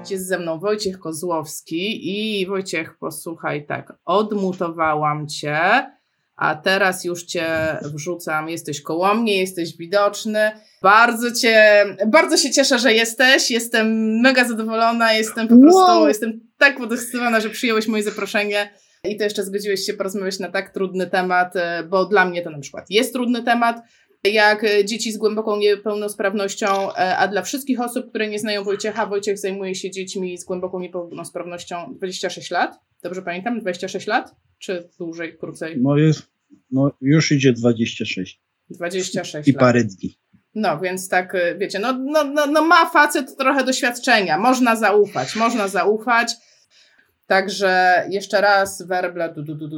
Jest ze mną Wojciech Kozłowski i Wojciech, posłuchaj, tak, odmutowałam Cię, a teraz już Cię wrzucam, jesteś koło mnie, jesteś widoczny. Bardzo się cieszę, że jesteś, jestem mega zadowolona, jestem jestem tak podekscytowana, że przyjąłeś moje zaproszenie i to jeszcze zgodziłeś się porozmawiać na tak trudny temat, bo dla mnie to na przykład jest trudny temat, jak dzieci z głęboką niepełnosprawnością, a dla wszystkich osób, które nie znają Wojciecha, Wojciech zajmuje się dziećmi z głęboką niepełnosprawnością 26 lat. Dobrze pamiętam? 26 lat? Czy dłużej, krócej? Już idzie 26. 26 I lat. parę dni. No, więc tak, wiecie, ma facet trochę doświadczenia. Można zaufać. Także jeszcze raz werble,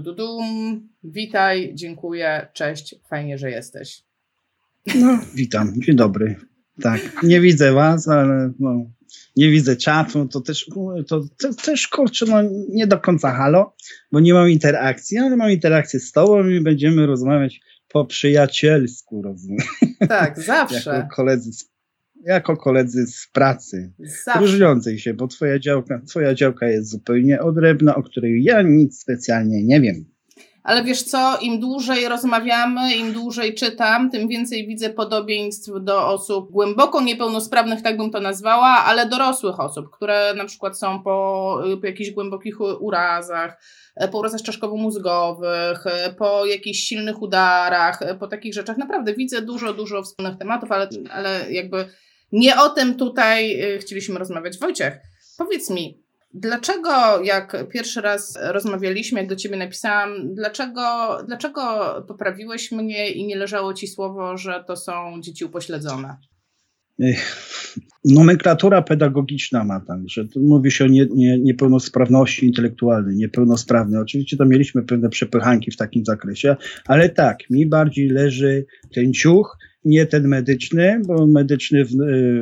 witaj, dziękuję, cześć, fajnie, że jesteś. No, witam, dzień dobry. Tak, nie widzę was, ale nie widzę czatu, to też kurczę, nie do końca halo, bo nie mam interakcji, ale mam interakcję z tobą i będziemy rozmawiać po przyjacielsku, rozumiem. Tak, zawsze. Jako koledzy z pracy, zawsze. Różniącej się, bo twoja działka jest zupełnie odrębna, o której ja nic specjalnie nie wiem. Ale wiesz co, im dłużej rozmawiamy, im dłużej czytam, tym więcej widzę podobieństw do osób głęboko niepełnosprawnych, tak bym to nazwała, ale dorosłych osób, które na przykład są po jakichś głębokich urazach, po urazach czaszkowo-mózgowych, po jakichś silnych udarach, po takich rzeczach. Naprawdę widzę dużo wspólnych tematów, ale jakby nie o tym tutaj chcieliśmy rozmawiać. Wojciech, powiedz mi, dlaczego jak pierwszy raz rozmawialiśmy, jak do ciebie napisałam, dlaczego poprawiłeś mnie i nie leżało ci słowo, że to są dzieci upośledzone? Nomenklatura pedagogiczna ma tak, że mówi się o niepełnosprawności intelektualnej, niepełnosprawnej. Oczywiście to mieliśmy pewne przepychanki w takim zakresie, ale tak, mi bardziej leży ten ciuch, nie ten medyczny, bo medyczny w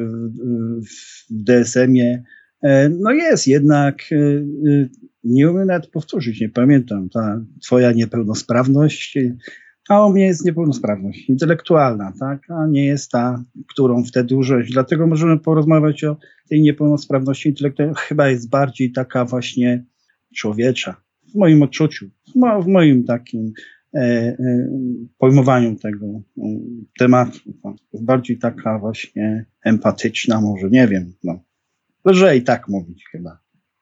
DSM-ie jest jednak, nie umiem nawet powtórzyć, nie pamiętam, ta twoja niepełnosprawność, a u mnie jest niepełnosprawność intelektualna, tak, a nie jest ta, którą wtedy użyłeś. Dlatego możemy porozmawiać o tej niepełnosprawności intelektualnej. Chyba jest bardziej taka właśnie człowiecza, w moim odczuciu, w moim takim pojmowaniu tego tematu. Bardziej taka właśnie empatyczna, może, nie wiem, lżej tak mówić chyba.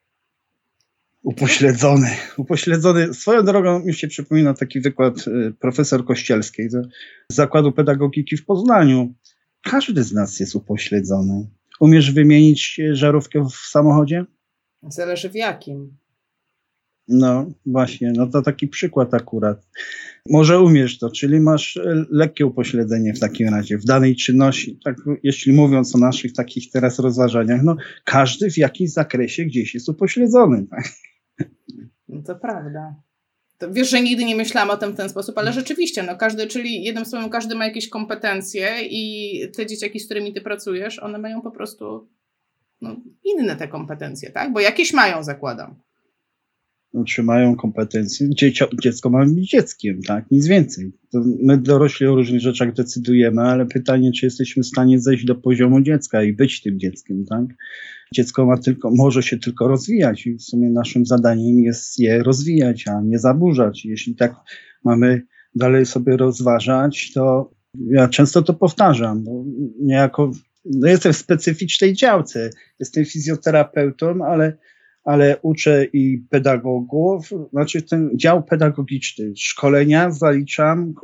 Upośledzony. Swoją drogą mi się przypomina taki wykład profesor Kościelskiej z Zakładu Pedagogiki w Poznaniu. Każdy z nas jest upośledzony. Umiesz wymienić żarówkę w samochodzie? Zależy w jakim. No właśnie, to taki przykład akurat. Może umiesz to, czyli masz lekkie upośledzenie w takim razie, w danej czynności, tak jeśli mówiąc o naszych takich teraz rozważaniach, każdy w jakimś zakresie gdzieś jest upośledzony. Tak? No to prawda. To wiesz, że nigdy nie myślałam o tym w ten sposób, ale rzeczywiście, czyli jednym słowem każdy ma jakieś kompetencje i te dzieciaki, z którymi ty pracujesz, one mają po prostu inne te kompetencje, tak? Bo jakieś mają, zakładam. Czy mają kompetencje. Dziecko ma być dzieckiem, tak? Nic więcej. To my dorośli o różnych rzeczach decydujemy, ale pytanie, czy jesteśmy w stanie zejść do poziomu dziecka i być tym dzieckiem, tak? Dziecko może się tylko rozwijać i w sumie naszym zadaniem jest je rozwijać, a nie zaburzać. Jeśli tak mamy dalej sobie rozważać, to ja często to powtarzam, bo niejako jestem w specyficznej działce. Jestem fizjoterapeutą, ale uczę i pedagogów, ten dział pedagogiczny, szkolenia zaliczam,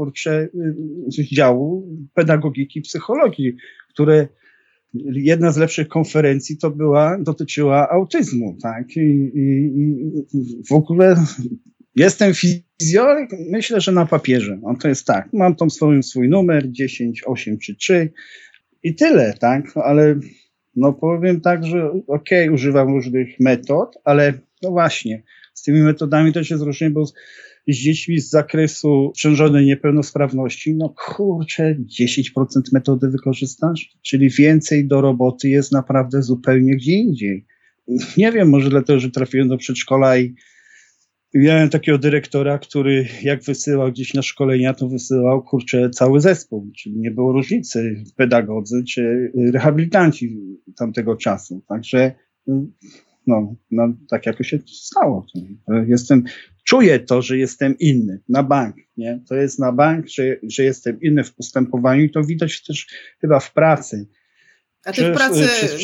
z działu pedagogiki i psychologii, które jedna z lepszych konferencji dotyczyła autyzmu, tak? I w ogóle jestem fizjo, ale myślę, że na papierze. To jest tak, mam tam swój numer 10, 8 czy 3 i tyle, tak? Ale powiem tak, że używam różnych metod, ale właśnie, z tymi metodami też jest różnie, bo z dziećmi z zakresu sprzężonej niepełnosprawności, 10% metody wykorzystasz, czyli więcej do roboty jest naprawdę zupełnie gdzie indziej. Nie wiem, może dlatego, że trafiłem do przedszkola i miałem takiego dyrektora, który jak wysyłał gdzieś na szkolenia, to wysyłał, cały zespół, czyli nie było różnicy pedagodzy czy rehabilitanci tamtego czasu. Także no tak jakoś się stało. Czuję to, że jestem inny, na bank, nie? To jest na bank, że jestem inny w postępowaniu i to widać też chyba w pracy. A ty w pracy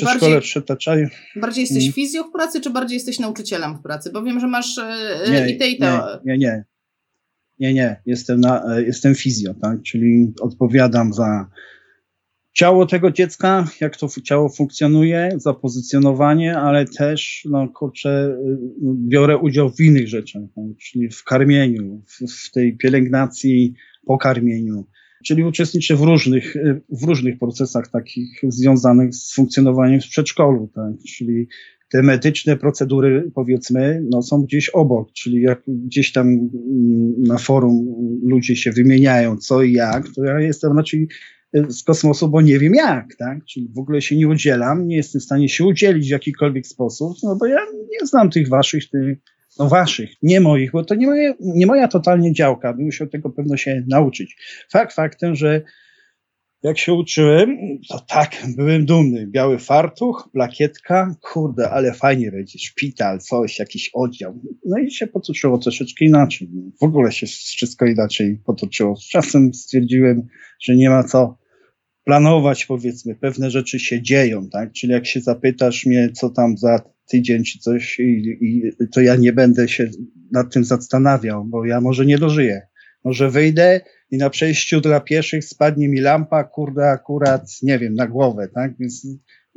bardziej jesteś Mhm. fizjo w pracy, czy bardziej jesteś nauczycielem w pracy? Bo wiem, że masz i te, i te. Nie. Jestem fizjo, tak? Czyli odpowiadam za ciało tego dziecka, jak to ciało funkcjonuje, za pozycjonowanie, ale też, biorę udział w innych rzeczach, tak? Czyli w karmieniu, w tej pielęgnacji po karmieniu. Czyli uczestniczę w różnych procesach takich związanych z funkcjonowaniem w przedszkolu, tak? Czyli te medyczne procedury, powiedzmy, są gdzieś obok, czyli jak gdzieś tam na forum ludzie się wymieniają co i jak, to ja jestem raczej z kosmosu, bo nie wiem jak, tak? Czyli w ogóle się nie udzielam, nie jestem w stanie się udzielić w jakikolwiek sposób, bo ja nie znam tych waszych, nie moich, bo to nie moja totalnie działka, bym musiał tego pewno się nauczyć. Faktem, że jak się uczyłem, to tak, byłem dumny. Biały fartuch, plakietka, kurde, ale fajnie będzie, szpital, coś, jakiś oddział. No i się potoczyło troszeczkę inaczej. W ogóle się wszystko inaczej potoczyło. Z czasem stwierdziłem, że nie ma co planować, powiedzmy, pewne rzeczy się dzieją, tak? Czyli jak się zapytasz mnie, co tam za tydzień czy coś, to ja nie będę się nad tym zastanawiał, bo ja może nie dożyję. Może wyjdę i na przejściu dla pieszych spadnie mi lampa, kurde, akurat, nie wiem, na głowę, tak? Więc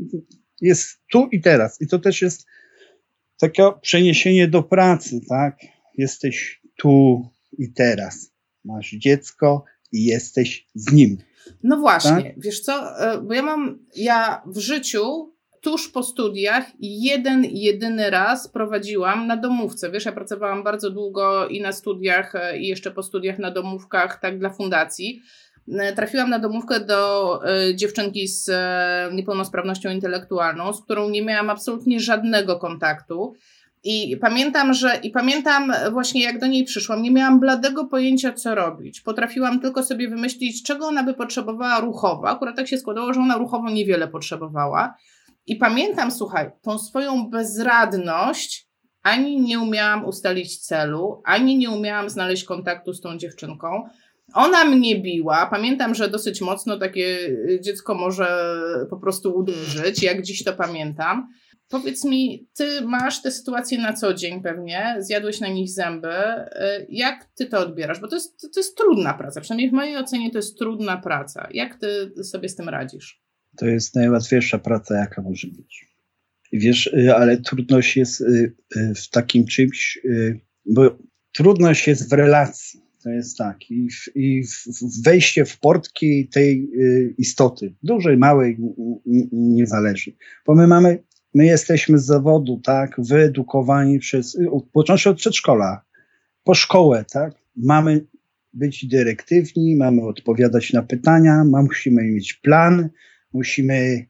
jest tu i teraz. I to też jest takie przeniesienie do pracy, tak? Jesteś tu i teraz. Masz dziecko i jesteś z nim. No właśnie, tak? Wiesz co, bo ja w życiu tuż po studiach jedyny raz prowadziłam na domówce. Wiesz, ja pracowałam bardzo długo i na studiach, i jeszcze po studiach na domówkach, tak, dla fundacji. Trafiłam na domówkę do dziewczynki z niepełnosprawnością intelektualną, z którą nie miałam absolutnie żadnego kontaktu. I pamiętam właśnie, jak do niej przyszłam, nie miałam bladego pojęcia, co robić. Potrafiłam tylko sobie wymyślić, czego ona by potrzebowała ruchowo. Akurat tak się składało, że ona ruchowo niewiele potrzebowała. I pamiętam, słuchaj, tą swoją bezradność, ani nie umiałam ustalić celu, ani nie umiałam znaleźć kontaktu z tą dziewczynką. Ona mnie biła. Pamiętam, że dosyć mocno takie dziecko może po prostu uderzyć, jak dziś to pamiętam. Powiedz mi, ty masz te sytuacje na co dzień pewnie, zjadłeś na nich zęby. Jak ty to odbierasz? Bo to jest trudna praca, przynajmniej w mojej ocenie to jest trudna praca. Jak ty sobie z tym radzisz? To jest najłatwiejsza praca, jaka może być. Wiesz, ale trudność jest w takim czymś, bo trudność jest w relacji. To jest tak. I wejście w portki tej istoty, dużej, małej, nie zależy. Bo my jesteśmy z zawodu, tak, wyedukowani począwszy od przedszkola, po szkołę, tak. Mamy być dyrektywni, mamy odpowiadać na pytania, musimy mieć plan, musimy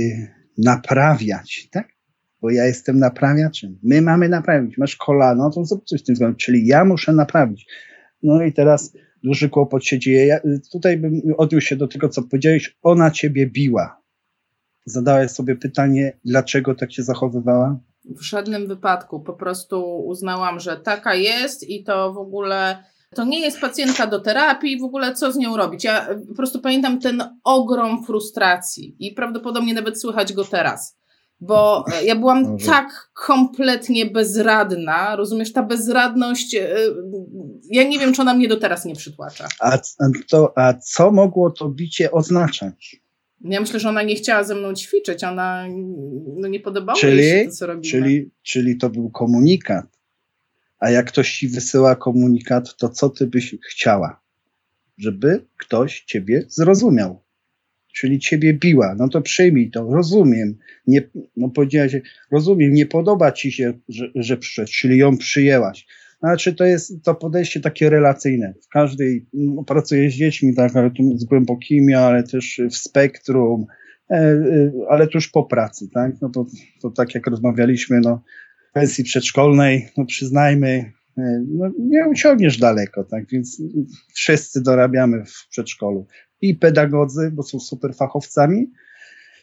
naprawiać, tak? Bo ja jestem naprawiaczem. My mamy naprawić. Masz kolano, to zrób coś z tym związku. Czyli ja muszę naprawić. No i teraz duży kłopot się dzieje. Tutaj bym odniósł się do tego, co powiedziałeś. Ona ciebie biła. Zadałeś sobie pytanie, dlaczego tak się zachowywała? W żadnym wypadku. Po prostu uznałam, że taka jest i to w ogóle... To nie jest pacjentka do terapii, w ogóle co z nią robić. Ja po prostu pamiętam ten ogrom frustracji i prawdopodobnie nawet słychać go teraz, bo ja byłam tak kompletnie bezradna, rozumiesz, ta bezradność, ja nie wiem, czy ona mnie do teraz nie przytłacza. A co mogło to bicie oznaczać? Ja myślę, że ona nie chciała ze mną ćwiczyć, ona nie podobało jej się to, co robimy. Czyli to był komunikat. A jak ktoś ci wysyła komunikat, to co ty byś chciała? Żeby ktoś ciebie zrozumiał. Czyli ciebie biła. No to przyjmij to. Rozumiem. Powiedziałaś, rozumiem, nie podoba ci się, że przyszedł, czyli ją przyjęłaś. Znaczy to jest to podejście takie relacyjne. W każdej, pracuję z dziećmi, tak, ale tu z głębokimi, ale też w spektrum, ale tuż po pracy, tak? No to tak jak rozmawialiśmy, pensji przedszkolnej, przyznajmy, nie uciągniesz daleko, tak, więc wszyscy dorabiamy w przedszkolu. I pedagodzy, bo są super fachowcami,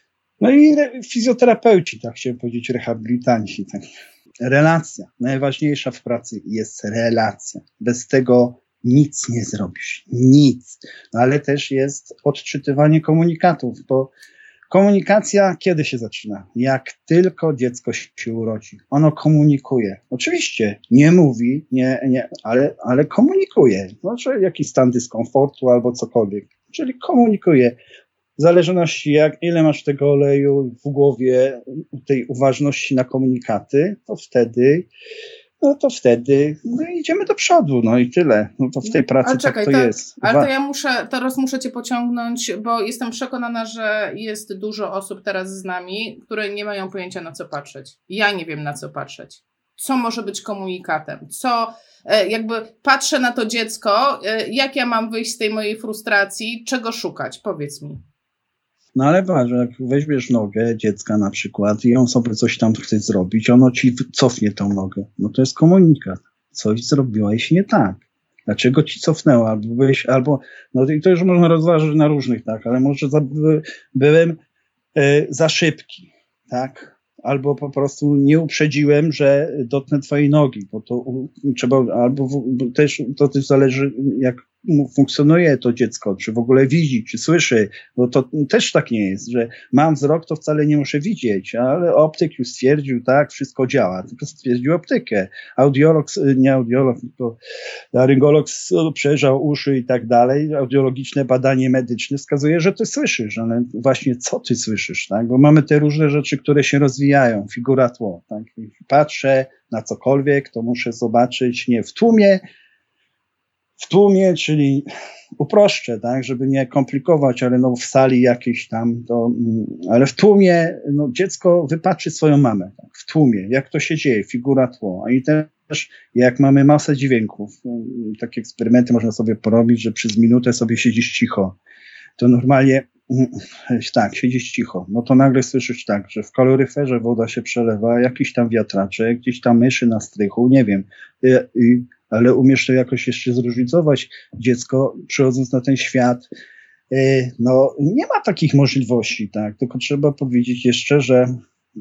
No i fizjoterapeuci, tak chciałem powiedzieć, rehabilitanci. Tak. Relacja. Najważniejsza w pracy jest relacja. Bez tego nic nie zrobisz. Nic. No ale też jest odczytywanie komunikatów, bo komunikacja kiedy się zaczyna? Jak tylko dziecko się urodzi. Ono komunikuje. Oczywiście nie mówi, ale komunikuje. Znaczy jakiś stan dyskomfortu albo cokolwiek. Czyli komunikuje. W zależności ile masz tego oleju w głowie, tej uważności na komunikaty, to wtedy idziemy do przodu, no i tyle. No to w tej pracy tak to jest. Ale to teraz muszę cię pociągnąć, bo jestem przekonana, że jest dużo osób teraz z nami, które nie mają pojęcia, na co patrzeć. Ja nie wiem, na co patrzeć. Co może być komunikatem? Jakby patrzę na to dziecko, jak ja mam wyjść z tej mojej frustracji, czego szukać? Powiedz mi. No ale patrz, jak weźmiesz nogę dziecka na przykład i on sobie coś tam chce zrobić, ono ci cofnie tą nogę. No to jest komunikat. Coś zrobiłeś nie tak. Dlaczego ci cofnęła? No i to już można rozważyć na różnych, tak, ale może byłem za szybki, tak? Albo po prostu nie uprzedziłem, że dotknę twojej nogi, bo to trzeba, też zależy, jak funkcjonuje to dziecko, czy w ogóle widzi, czy słyszy, bo to też tak nie jest, że mam wzrok, to wcale nie muszę widzieć, ale optyk już stwierdził, tak, wszystko działa, tylko stwierdził optykę. Tylko laryngolog przejrzał uszy i tak dalej, audiologiczne badanie medyczne wskazuje, że ty słyszysz, ale właśnie co ty słyszysz, tak, bo mamy te różne rzeczy, które się rozwijają, figura tło, tak, patrzę na cokolwiek, to muszę zobaczyć, nie w tłumie, czyli uproszczę, tak, żeby nie komplikować, ale no w sali jakiejś tam, ale w tłumie, no dziecko wypatrzy swoją mamę, tak, w tłumie, jak to się dzieje, figura tło, i też jak mamy masę dźwięków, takie eksperymenty można sobie porobić, że przez minutę sobie siedzisz cicho, to normalnie tak, siedzisz cicho, no to nagle słyszysz tak, że w kaloryferze woda się przelewa, jakiś tam wiatraczek, gdzieś tam myszy na strychu, nie wiem, ale umiesz to jakoś jeszcze zróżnicować. Dziecko, przychodząc na ten świat, no nie ma takich możliwości, tak, tylko trzeba powiedzieć jeszcze, że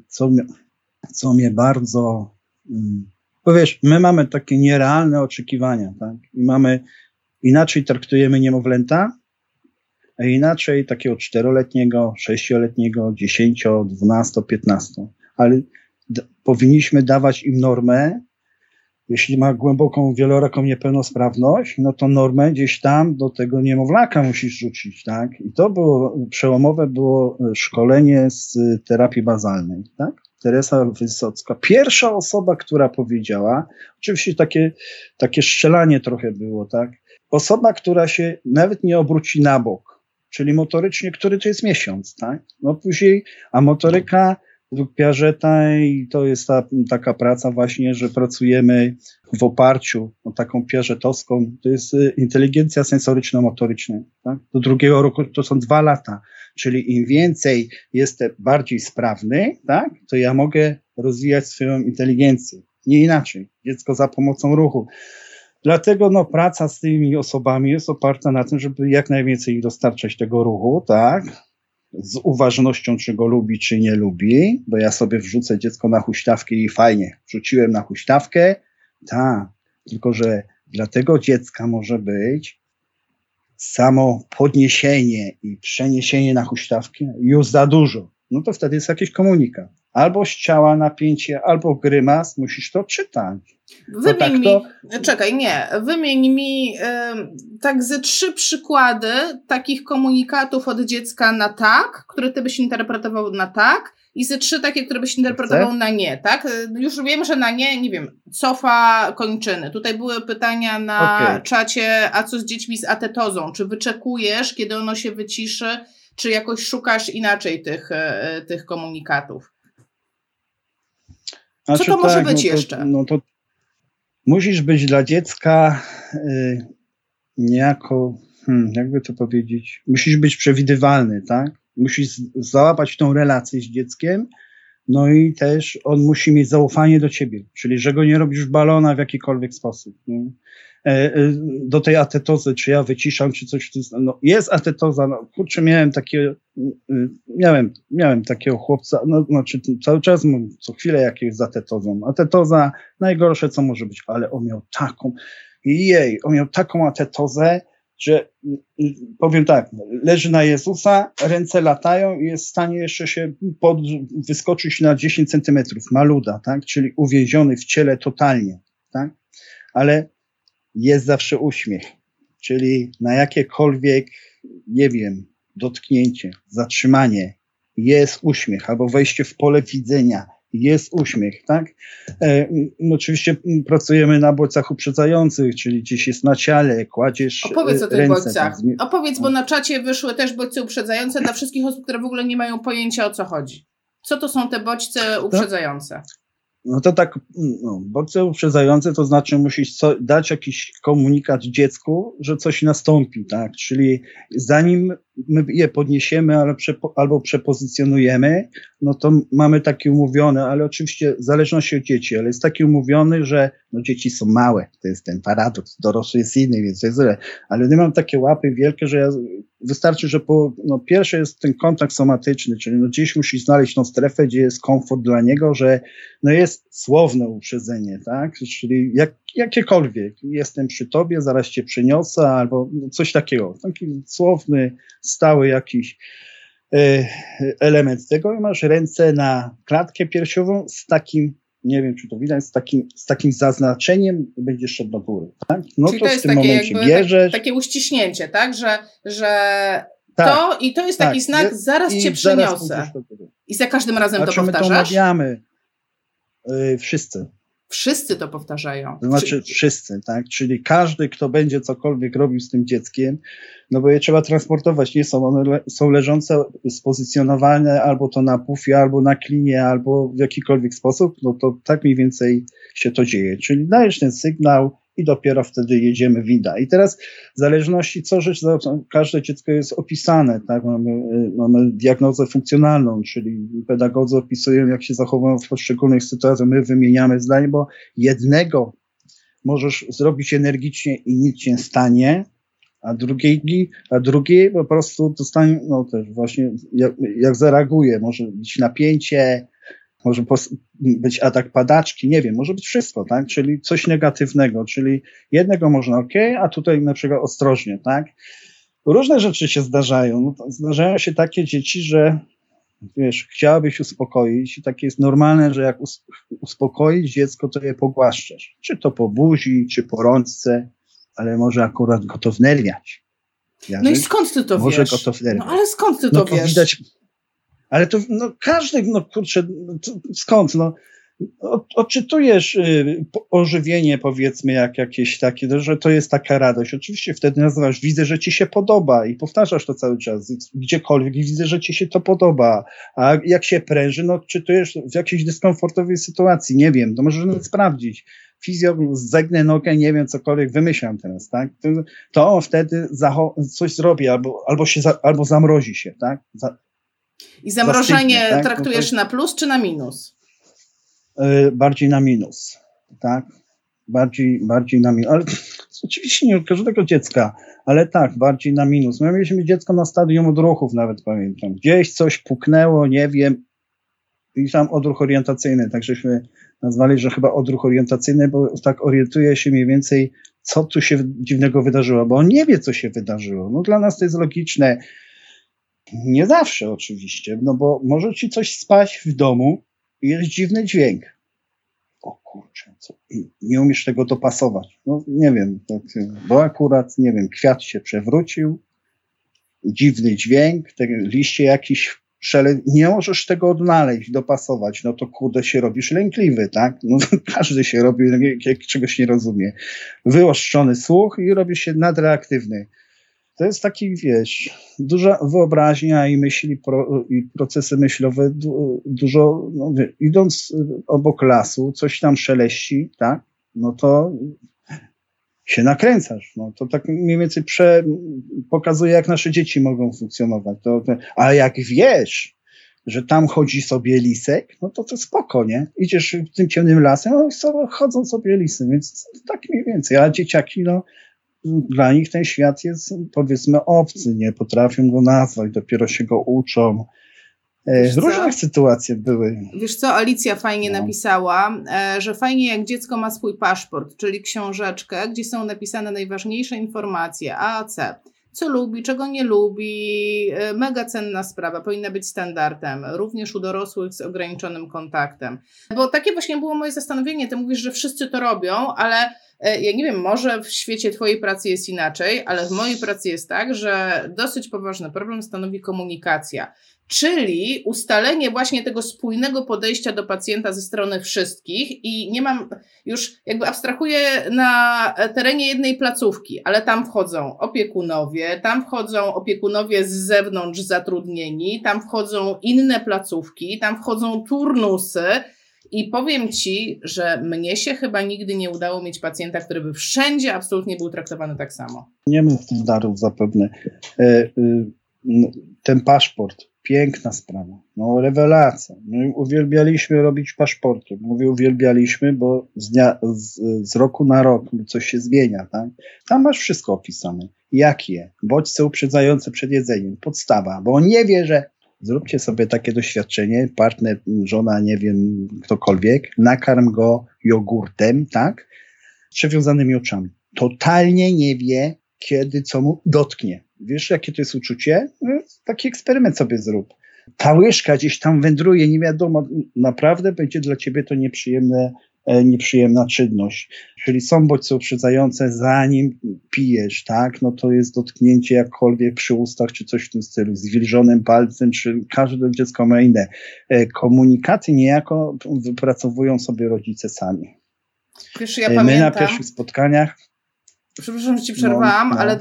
co mnie bardzo, bo wiesz, my mamy takie nierealne oczekiwania, tak, i inaczej traktujemy niemowlęta, a inaczej takiego 4-letniego, 6-letniego, 10, 12, 15, ale powinniśmy dawać im normę. Jeśli ma głęboką, wieloraką niepełnosprawność, no to normę gdzieś tam do tego niemowlaka musisz rzucić, tak? I to było przełomowe, było szkolenie z terapii bazalnej, tak? Teresa Wysocka, pierwsza osoba, która powiedziała, oczywiście takie strzelanie trochę było, tak? Osoba, która się nawet nie obróci na bok, czyli motorycznie, który to jest miesiąc, tak? No później, a motoryka według Piageta i to jest taka praca właśnie, że pracujemy w oparciu o taką piagetowską, to jest inteligencja sensoryczno-motoryczna, tak? Do 2 roku to są 2 lata, czyli im więcej jestem bardziej sprawny, tak? To ja mogę rozwijać swoją inteligencję, nie inaczej, dziecko za pomocą ruchu. Dlatego praca z tymi osobami jest oparta na tym, żeby jak najwięcej im dostarczać tego ruchu, tak? Z uważnością, czy go lubi, czy nie lubi, bo ja sobie wrzucę dziecko na huśtawkę i fajnie, wrzuciłem na huśtawkę, tak, tylko że dla tego dziecka może być samo podniesienie i przeniesienie na huśtawkę już za dużo, no to wtedy jest jakiś komunikat. Albo z ciała napięcie, albo grymas, musisz to czytać. Wymień mi tak ze 3 przykłady takich komunikatów od dziecka na tak, które ty byś interpretował na tak, i ze 3 takie, które byś interpretował na nie, tak? Już wiem, że na nie wiem, cofa kończyny. Tutaj były pytania na czacie, a co z dziećmi z atetozą? Czy wyczekujesz, kiedy ono się wyciszy, czy jakoś szukasz inaczej tych komunikatów? Co to może być jeszcze? No to musisz być dla dziecka niejako, jakby to powiedzieć, musisz być przewidywalny, tak? Musisz załapać tą relację z dzieckiem, no i też on musi mieć zaufanie do ciebie, czyli że go nie robisz balona w jakikolwiek sposób. Nie? do tej atetozy, czy ja wyciszam, czy coś, no jest atetoza, no kurczę, miałem takiego chłopca, no znaczy cały czas co chwilę jak jest z atetozą. Atetoza, najgorsze co może być, ale on miał taką atetozę, że powiem tak, leży na Jezusa, ręce latają i jest w stanie jeszcze się wyskoczyć na 10 centymetrów, maluda, tak, czyli uwięziony w ciele totalnie, tak, ale jest zawsze uśmiech, czyli na jakiekolwiek, nie wiem, dotknięcie, zatrzymanie, jest uśmiech, albo wejście w pole widzenia, jest uśmiech, tak? Oczywiście pracujemy na bodźcach uprzedzających, czyli gdzieś jest na ciele, kładziesz Opowiedz o tych ręce. bodźcach. Opowiedz, bo na czacie wyszły też bodźce uprzedzające dla wszystkich osób, które w ogóle nie mają pojęcia, o co chodzi. Co to są te bodźce uprzedzające? No to tak, bodźce uprzedzające to znaczy musisz dać jakiś komunikat dziecku, że coś nastąpi, tak? Czyli zanim my je podniesiemy albo przepozycjonujemy, no to mamy takie umówione, ale oczywiście w zależności od dzieci, ale jest taki umówiony, że no dzieci są małe, to jest ten paradoks, dorosły jest inny, więc to jest źle, ale nie mam takie łapy wielkie, że wystarczy, że pierwsze jest ten kontakt somatyczny, czyli gdzieś musi znaleźć tą strefę, gdzie jest komfort dla niego, że jest słowne uprzedzenie, tak? Czyli jakiekolwiek, jestem przy tobie, zaraz cię przyniosę, albo coś takiego, taki słowny, stały jakiś element tego i masz ręce na klatkę piersiową z takim, nie wiem czy to widać, z takim zaznaczeniem będziesz szedł do góry, tak? No czyli to jest w tym momencie bierzesz. Takie uściśnięcie, tak? Że tak, to i to jest taki znak, zaraz cię przyniosę. I za każdym razem to powtarzasz? My to omawiamy. Wszyscy. Wszyscy to powtarzają. To znaczy wszyscy, tak? Czyli każdy, kto będzie cokolwiek robił z tym dzieckiem, no bo je trzeba transportować, nie są one są leżące, spozycjonowane albo to na pufie, albo na klinie, albo w jakikolwiek sposób, no to tak mniej więcej się to dzieje. Czyli dajesz ten sygnał i dopiero wtedy jedziemy winda. I teraz w zależności każde dziecko jest opisane, tak? Mamy diagnozę funkcjonalną, czyli pedagodzy opisują, jak się zachowują w poszczególnych sytuacjach, my wymieniamy zdanie, bo jednego możesz zrobić energicznie i nic się stanie, a drugi po prostu dostanie, no też właśnie jak zareaguje, może być napięcie, może być atak padaczki, nie wiem, może być wszystko, tak? Czyli coś negatywnego, czyli jednego można a tutaj na przykład ostrożnie, tak? Różne rzeczy się zdarzają. No, zdarzają się takie dzieci, że wiesz, chciałabyś uspokoić i takie jest normalne, że jak uspokoić dziecko, to je pogłaszczasz. Czy to po buzi, czy po rączce, ale może akurat go to wnerwiać. No i skąd ty to wiesz? Może go to wnerwiać. No ale skąd ty to wiesz? Widać, ale to, każdy, kurczę, skąd, odczytujesz ożywienie, powiedzmy, jak jakieś takie, że to jest taka radość. Oczywiście wtedy nazywasz, widzę, że ci się podoba i powtarzasz to cały czas, gdziekolwiek i widzę, że ci się to podoba. A jak się pręży, odczytujesz w jakiejś dyskomfortowej sytuacji, nie wiem, to możesz nawet sprawdzić. Fizjo, zegnę nogę, nie wiem, cokolwiek, wymyślam teraz, tak? To on wtedy coś zrobi, albo zamrozi się, tak? I zamrożenie tak? traktujesz na plus czy na minus? Bardziej na minus, tak? Bardziej na minus. Ale oczywiście nie od każdego dziecka, ale tak, bardziej na minus. My mieliśmy dziecko na stadium odruchów, nawet pamiętam. Gdzieś coś puknęło, nie wiem, i tam odruch orientacyjny, tak żeśmy nazwali, że chyba odruch orientacyjny, bo tak orientuje się mniej więcej, co tu się dziwnego wydarzyło, bo on nie wie, co się wydarzyło. No dla nas to jest logiczne. Nie zawsze oczywiście, bo może ci coś spaść w domu i jest dziwny dźwięk. O kurczę, nie umiesz tego dopasować. No nie wiem, bo akurat, nie wiem, kwiat się przewrócił, dziwny dźwięk, te liście jakiś nie możesz tego odnaleźć, dopasować, no to kurde się robisz lękliwy, tak? No każdy się robi, jak czegoś nie rozumie. Wyoszczony słuch i robi się nadreaktywny. To jest taki, wiesz, duża wyobraźnia i myśli, i procesy myślowe, dużo, idąc obok lasu, coś tam szeleści, tak? No to się nakręcasz. No to tak mniej więcej pokazuje, jak nasze dzieci mogą funkcjonować. A jak wiesz, że tam chodzi sobie lisek, no to spoko, nie? Idziesz tym ciemnym lasem, no chodzą sobie lisy, więc tak mniej więcej. A dzieciaki, no dla nich ten świat jest, powiedzmy, obcy, nie potrafią go nazwać, dopiero się go uczą. Różne sytuacje były. Wiesz co, Alicja fajnie napisała, że fajnie jak dziecko ma swój paszport, czyli książeczkę, gdzie są napisane najważniejsze informacje A, a C. Co lubi, czego nie lubi, mega cenna sprawa, powinna być standardem, również u dorosłych z ograniczonym kontaktem. Bo takie właśnie było moje zastanowienie, ty mówisz, że wszyscy to robią, ale ja nie wiem, może w świecie twojej pracy jest inaczej, ale w mojej pracy jest tak, że dosyć poważny problem stanowi komunikacja. Czyli ustalenie właśnie tego spójnego podejścia do pacjenta ze strony wszystkich i nie mam, już jakby abstrahuję na terenie jednej placówki, ale tam wchodzą opiekunowie z zewnątrz zatrudnieni, tam wchodzą inne placówki, tam wchodzą turnusy i powiem ci, że mnie się chyba nigdy nie udało mieć pacjenta, który by wszędzie absolutnie był traktowany tak samo. Nie mam standardów zapewne. Ten paszport, piękna sprawa, no rewelacja. My uwielbialiśmy robić paszporty. Mówię uwielbialiśmy, bo z roku na rok coś się zmienia, tak? Tam masz wszystko opisane. Jakie? Bodźce uprzedzające przed jedzeniem, podstawa, bo on nie wie, że zróbcie sobie takie doświadczenie, partner, żona, nie wiem, ktokolwiek, nakarm go jogurtem, tak? Z przewiązanymi oczami. Totalnie nie wie, kiedy co mu dotknie. Wiesz, jakie to jest uczucie? No, taki eksperyment sobie zrób. Ta łyżka gdzieś tam wędruje, nie wiadomo, naprawdę będzie dla ciebie to nieprzyjemna czynność. Czyli są bodźce uprzedzające, zanim pijesz, tak? No to jest dotknięcie jakkolwiek przy ustach, czy coś w tym stylu, zwilżonym palcem, czy każde dziecko ma inne. Komunikację niejako wypracowują sobie rodzice sami. Wiesz, ja pamiętam, my na pierwszych spotkaniach. Przepraszam, że ci przerwałam, ale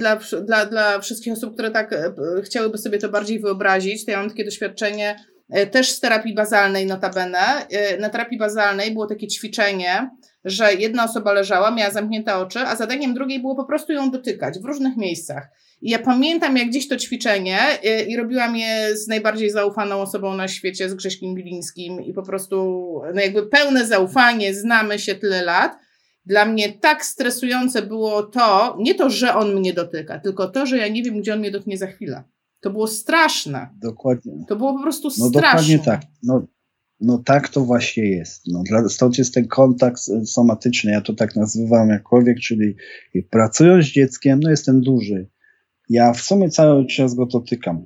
dla wszystkich osób, które tak chciałyby sobie to bardziej wyobrazić, to ja mam takie doświadczenie też z terapii bazalnej notabene. Na terapii bazalnej było takie ćwiczenie, że jedna osoba leżała, miała zamknięte oczy, a zadaniem drugiej było po prostu ją dotykać w różnych miejscach. I ja pamiętam jak gdzieś to ćwiczenie i robiłam je z najbardziej zaufaną osobą na świecie, z Grześkiem Bilińskim i po prostu no jakby pełne zaufanie, znamy się tyle lat. Dla mnie tak stresujące było to, nie to, że on mnie dotyka, tylko to, że ja nie wiem, gdzie on mnie dotknie za chwilę. To było straszne. Dokładnie. To było po prostu straszne. Dokładnie tak. No tak to właśnie jest. Stąd jest ten kontakt somatyczny, ja to tak nazywam jakkolwiek, czyli pracując z dzieckiem, jestem duży. Ja w sumie cały czas go dotykam.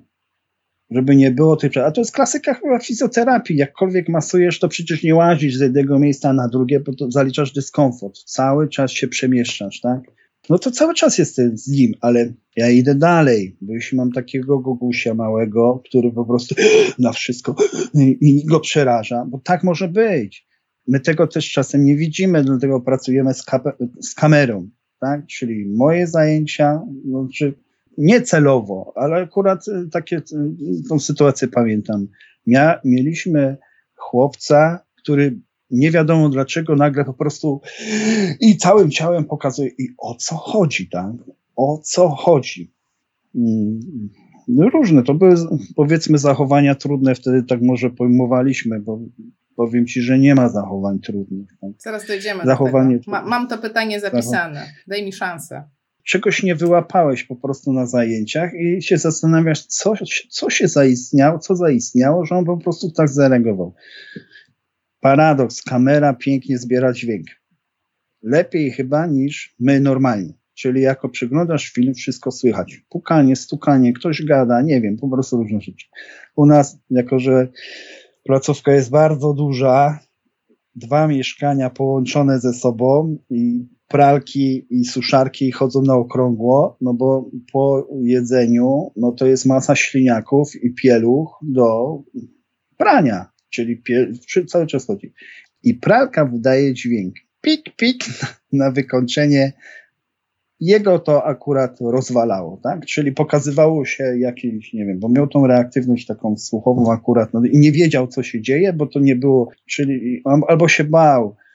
Żeby nie było tej... A to jest klasyka chyba fizjoterapii. Jakkolwiek masujesz, to przecież nie łazisz z jednego miejsca na drugie, bo to zaliczasz dyskomfort. Cały czas się przemieszczasz, tak? No to cały czas jestem z nim, ale ja idę dalej, bo jeśli mam takiego gogusia małego, który po prostu na wszystko i go przeraża, bo tak może być. My tego też czasem nie widzimy, dlatego pracujemy z kamerą, tak? Czyli moje zajęcia, nie celowo, ale akurat tą sytuację pamiętam. Mieliśmy chłopca, który nie wiadomo dlaczego nagle po prostu i całym ciałem pokazuje i o co chodzi, tak? O co chodzi? Różne, to były powiedzmy zachowania trudne, wtedy tak może pojmowaliśmy, bo powiem ci, że nie ma zachowań trudnych. Tak? Zaraz dojdziemy do tego. Mam to pytanie zapisane, daj mi szansę. Czegoś nie wyłapałeś po prostu na zajęciach i się zastanawiasz, co się zaistniało, że on po prostu tak zareagował. Paradoks, kamera pięknie zbiera dźwięk. Lepiej chyba niż my normalnie. Czyli jako przyglądasz film, wszystko słychać. Pukanie, stukanie, ktoś gada, nie wiem, po prostu różne rzeczy. U nas, jako że placówka jest bardzo duża, 2 mieszkania połączone ze sobą i pralki i suszarki chodzą na okrągło, bo po jedzeniu, to jest masa śliniaków i pieluch do prania, czyli cały czas chodzi. I pralka wydaje dźwięk pik, pik na wykończenie. Jego to akurat rozwalało, tak? Czyli pokazywało się jakieś, nie wiem, bo miał tą reaktywność taką słuchową akurat i nie wiedział, co się dzieje, bo to nie było, czyli albo się bał.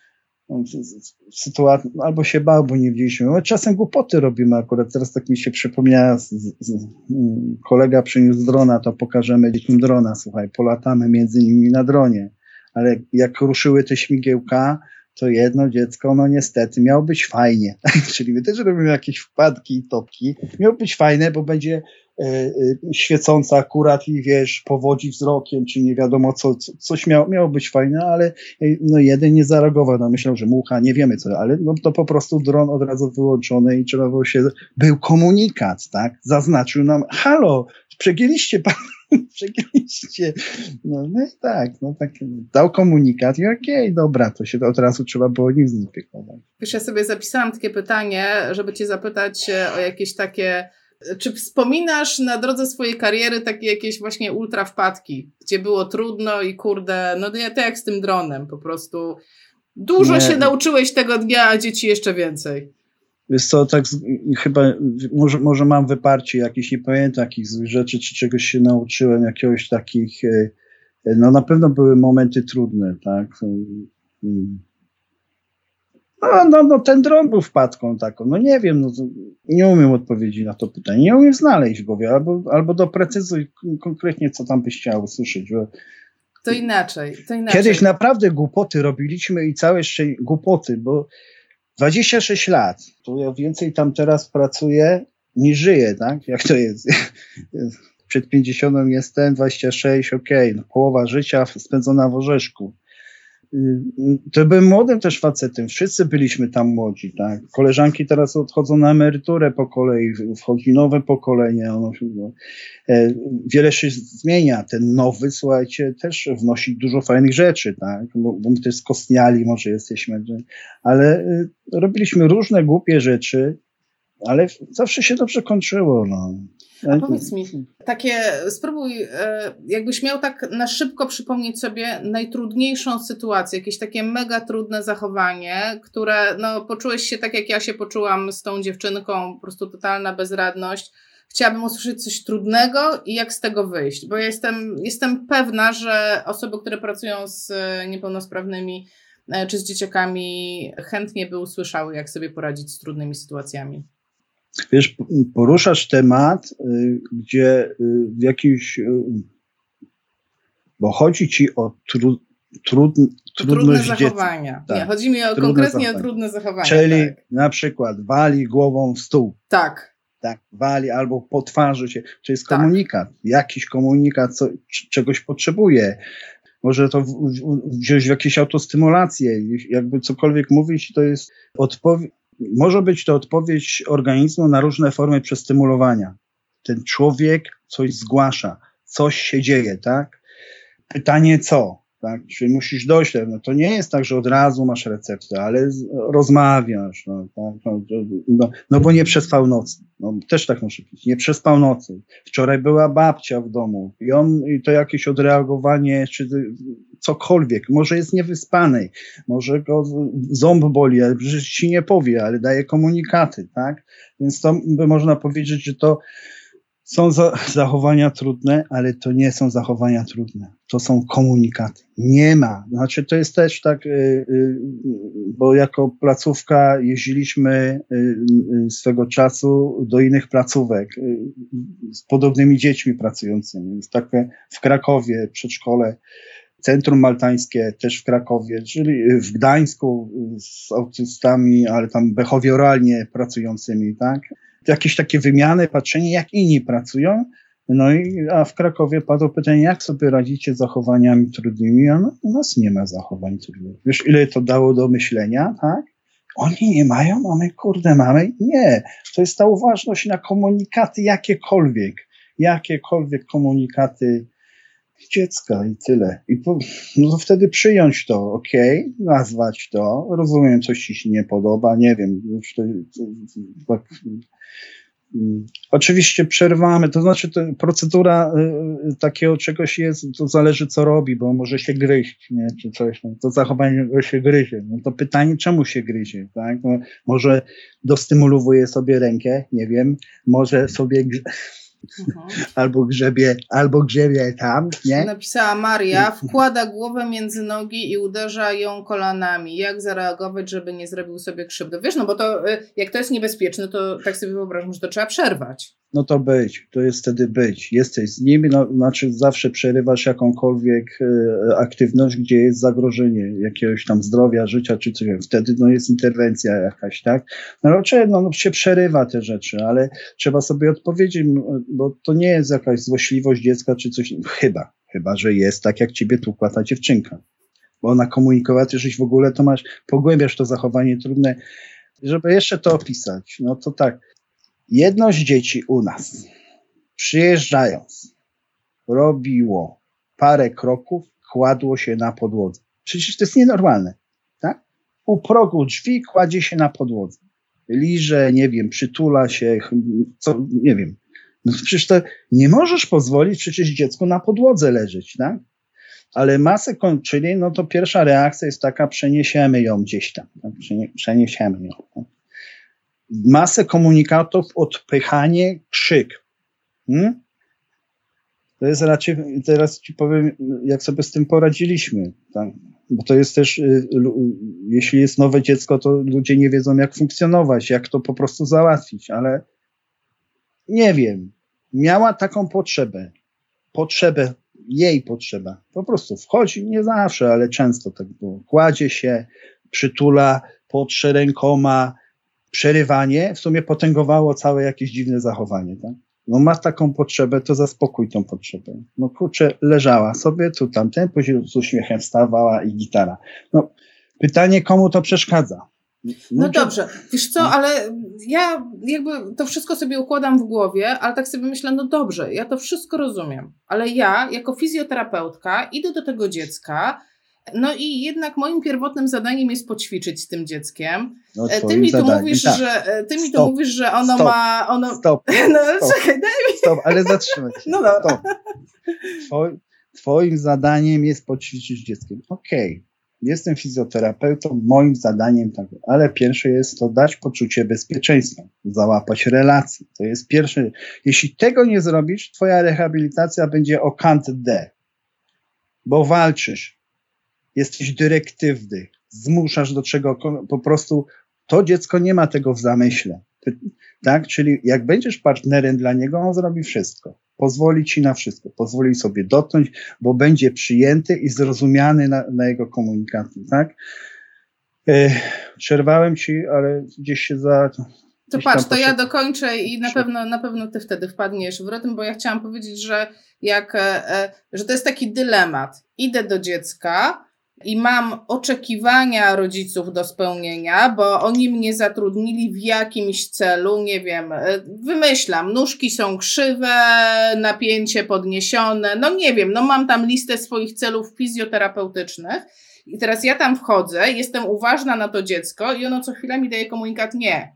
sytuacji, albo się bał, bo nie widzieliśmy. No, czasem głupoty robimy akurat. Teraz tak mi się przypomniała, kolega przyniósł drona, to pokażemy dzieciom drona, słuchaj, polatamy między nimi na dronie. Ale jak ruszyły te śmigiełka, to jedno dziecko, no niestety, miało być fajnie. Czyli my też robimy jakieś wpadki i topki. Miało być fajne, bo będzie świecąca akurat i wiesz, powodzi wzrokiem, czy nie wiadomo co, coś miało być fajne, ale no jeden nie zareagował, no myślał, że mucha, nie wiemy co, ale no to po prostu dron od razu wyłączony i trzeba było był komunikat, tak? Zaznaczył nam, halo, przegięliście pan, przegięliście. No i tak, dał komunikat i okej, dobra, to się od razu trzeba było nim zaopiekować. Wiesz, ja sobie zapisałam takie pytanie, żeby cię zapytać o jakieś takie. Czy wspominasz na drodze swojej kariery takie jakieś właśnie ultra wpadki, gdzie było trudno i kurde, no to jak z tym dronem, po prostu dużo się nauczyłeś tego dnia, a dzieci jeszcze więcej. Wiesz co, tak chyba, może mam wyparcie jakieś, nie pamiętam jakich złych rzeczy, czy czegoś się nauczyłem, jakiegoś takich, no na pewno były momenty trudne, tak. No ten dron był wpadką taką, no nie wiem, nie umiem odpowiedzi na to pytanie, nie umiem znaleźć w głowie, albo doprecyzuj konkretnie, co tam byś chciał usłyszeć. To inaczej. Kiedyś naprawdę głupoty robiliśmy i całe jeszcze głupoty, bo 26 lat, to ja więcej tam teraz pracuję niż żyję, tak? Jak to jest? Przed 50 jestem, 26, okej, no połowa życia spędzona w Orzeszku. To byłem młodym też facetem, wszyscy byliśmy tam młodzi, tak? Koleżanki teraz odchodzą na emeryturę po kolei, wchodzi nowe pokolenie, wiele się zmienia, ten nowy, słuchajcie, też wnosi dużo fajnych rzeczy, tak? Bo my też skostniali może jesteśmy, ale robiliśmy różne głupie rzeczy, ale zawsze się dobrze kończyło, no. A powiedz mi, spróbuj, jakbyś miał tak na szybko przypomnieć sobie najtrudniejszą sytuację, jakieś takie mega trudne zachowanie, które poczułeś się tak, jak ja się poczułam z tą dziewczynką, po prostu totalna bezradność. Chciałabym usłyszeć coś trudnego i jak z tego wyjść, bo ja jestem pewna, że osoby, które pracują z niepełnosprawnymi czy z dzieciakami, chętnie by usłyszały, jak sobie poradzić z trudnymi sytuacjami. Wiesz, poruszasz temat, gdzie w jakimś, bo chodzi ci o trudne zachowania. Tak, nie, chodzi mi konkretnie o trudne zachowania. Czyli tak. Na przykład wali głową w stół. Tak, wali albo po twarzy się. To jest komunikat. Jakiś komunikat, czegoś potrzebuje. Może to wziąć w jakieś autostymulacje. Jakby cokolwiek mówić, to jest może być to odpowiedź organizmu na różne formy przestymulowania. Ten człowiek coś zgłasza, coś się dzieje, tak? Pytanie co? Tak? Czyli musisz dojść, no to nie jest tak, że od razu masz receptę, ale rozmawiasz, no bo nie przespał nocy. No, też tak może być, nie przespał nocy. Wczoraj była babcia w domu i to jakieś odreagowanie, czy cokolwiek, może jest niewyspany, może go ząb boli, ale przecież ci nie powie, ale daje komunikaty, tak? Więc to by można powiedzieć, że to są zachowania trudne, ale to nie są zachowania trudne. To są komunikaty. Nie ma. Znaczy to jest też tak, bo jako placówka jeździliśmy swego czasu do innych placówek z podobnymi dziećmi pracującymi. Jest takie w Krakowie przedszkole, Centrum Maltańskie też w Krakowie, czyli w Gdańsku z autystami, ale tam behawioralnie pracującymi, tak? Jakieś takie wymiany, patrzenie, jak inni pracują. A w Krakowie padło pytanie, jak sobie radzicie z zachowaniami trudnymi? A u nas nie ma zachowań trudnych. Wiesz, ile to dało do myślenia, tak? Oni nie mają, a my mamy. Nie. To jest ta uważność na komunikaty jakiekolwiek komunikaty dziecka i tyle. I to wtedy przyjąć to, nazwać to, rozumiem, coś ci się nie podoba, nie wiem, oczywiście przerwamy, to znaczy procedura takiego czegoś jest, to zależy co robi, bo może się gryźć, nie, czy coś, to zachowanie się gryzie, to pytanie czemu się gryzie, tak, może dostymulowuje sobie rękę, nie wiem, może sobie albo grzebie tam, nie? Napisała Maria, wkłada głowę między nogi i uderza ją kolanami. Jak zareagować, żeby nie zrobił sobie krzywdy? Wiesz, no bo to jak to jest niebezpieczne, to tak sobie wyobrażam, że to trzeba przerwać. No to jest wtedy być. Jesteś z nimi, no, znaczy zawsze przerywasz jakąkolwiek aktywność, gdzie jest zagrożenie jakiegoś tam zdrowia, życia czy coś. Wtedy no, jest interwencja jakaś, tak? No raczej się przerywa te rzeczy, ale trzeba sobie odpowiedzieć, bo to nie jest jakaś złośliwość dziecka czy coś, chyba, że jest tak, jak ciebie tłukła ta dziewczynka. Bo ona komunikowała, ty żeś w ogóle to pogłębiasz to zachowanie trudne. Żeby jeszcze to opisać, no to tak, jedno z dzieci u nas, przyjeżdżając, robiło parę kroków, kładło się na podłodze. Przecież to jest nienormalne, tak? U progu drzwi kładzie się na podłodze. Liże, nie wiem, przytula się, co, nie wiem. No przecież to nie możesz pozwolić przecież dziecku na podłodze leżeć, tak? Ale masę kończyli, no to pierwsza reakcja jest taka, przeniesiemy ją gdzieś tam, tak? Przeniesiemy ją. Tak? Masę komunikatów, odpychanie, krzyk. To jest raczej, teraz ci powiem, jak sobie z tym poradziliśmy, tak? Bo to jest też, jeśli jest nowe dziecko, to ludzie nie wiedzą, jak funkcjonować, jak to po prostu załatwić, ale nie wiem, miała taką potrzebę, jej potrzeba, po prostu wchodzi, nie zawsze, ale często tak było, kładzie się, przytula, potrze rękoma, przerywanie w sumie potęgowało całe jakieś dziwne zachowanie, tak? No ma taką potrzebę, to zaspokój tą potrzebę. No kurczę, leżała sobie, tu tamten, później z uśmiechem wstawała i gitara. No pytanie, komu to przeszkadza? No dobrze, wiesz co, ale ja jakby to wszystko sobie układam w głowie, ale tak sobie myślę, no dobrze, ja to wszystko rozumiem, ale ja jako fizjoterapeutka idę do tego dziecka, no i jednak moim pierwotnym zadaniem jest poćwiczyć z tym dzieckiem. No, ty mi tu mówisz, że ono ma... Stop. Czekaj, daj mi. Stop, ale zatrzymaj się. No dobra. Twoim zadaniem jest poćwiczyć z dzieckiem. Okej. Jestem fizjoterapeutą, moim zadaniem tak, ale pierwsze jest to dać poczucie bezpieczeństwa, załapać relacje. To jest pierwsze. Jeśli tego nie zrobisz, twoja rehabilitacja będzie o kant D, bo walczysz, jesteś dyrektywny, zmuszasz do czego, po prostu to dziecko nie ma tego w zamyśle. Tak? Czyli jak będziesz partnerem dla niego, on zrobi wszystko. Pozwoli ci na wszystko. Pozwoli sobie dotknąć, bo będzie przyjęty i zrozumiany na jego komunikacji. Tak? Przerwałem ci, ale gdzieś się To patrz, to ja dokończę i na pewno ty wtedy wpadniesz w rytm, bo ja chciałam powiedzieć, że że to jest taki dylemat. Idę do dziecka i mam oczekiwania rodziców do spełnienia, bo oni mnie zatrudnili w jakimś celu, nie wiem, wymyślam, nóżki są krzywe, napięcie podniesione, no nie wiem, no mam tam listę swoich celów fizjoterapeutycznych i teraz ja tam wchodzę, jestem uważna na to dziecko i ono co chwila mi daje komunikat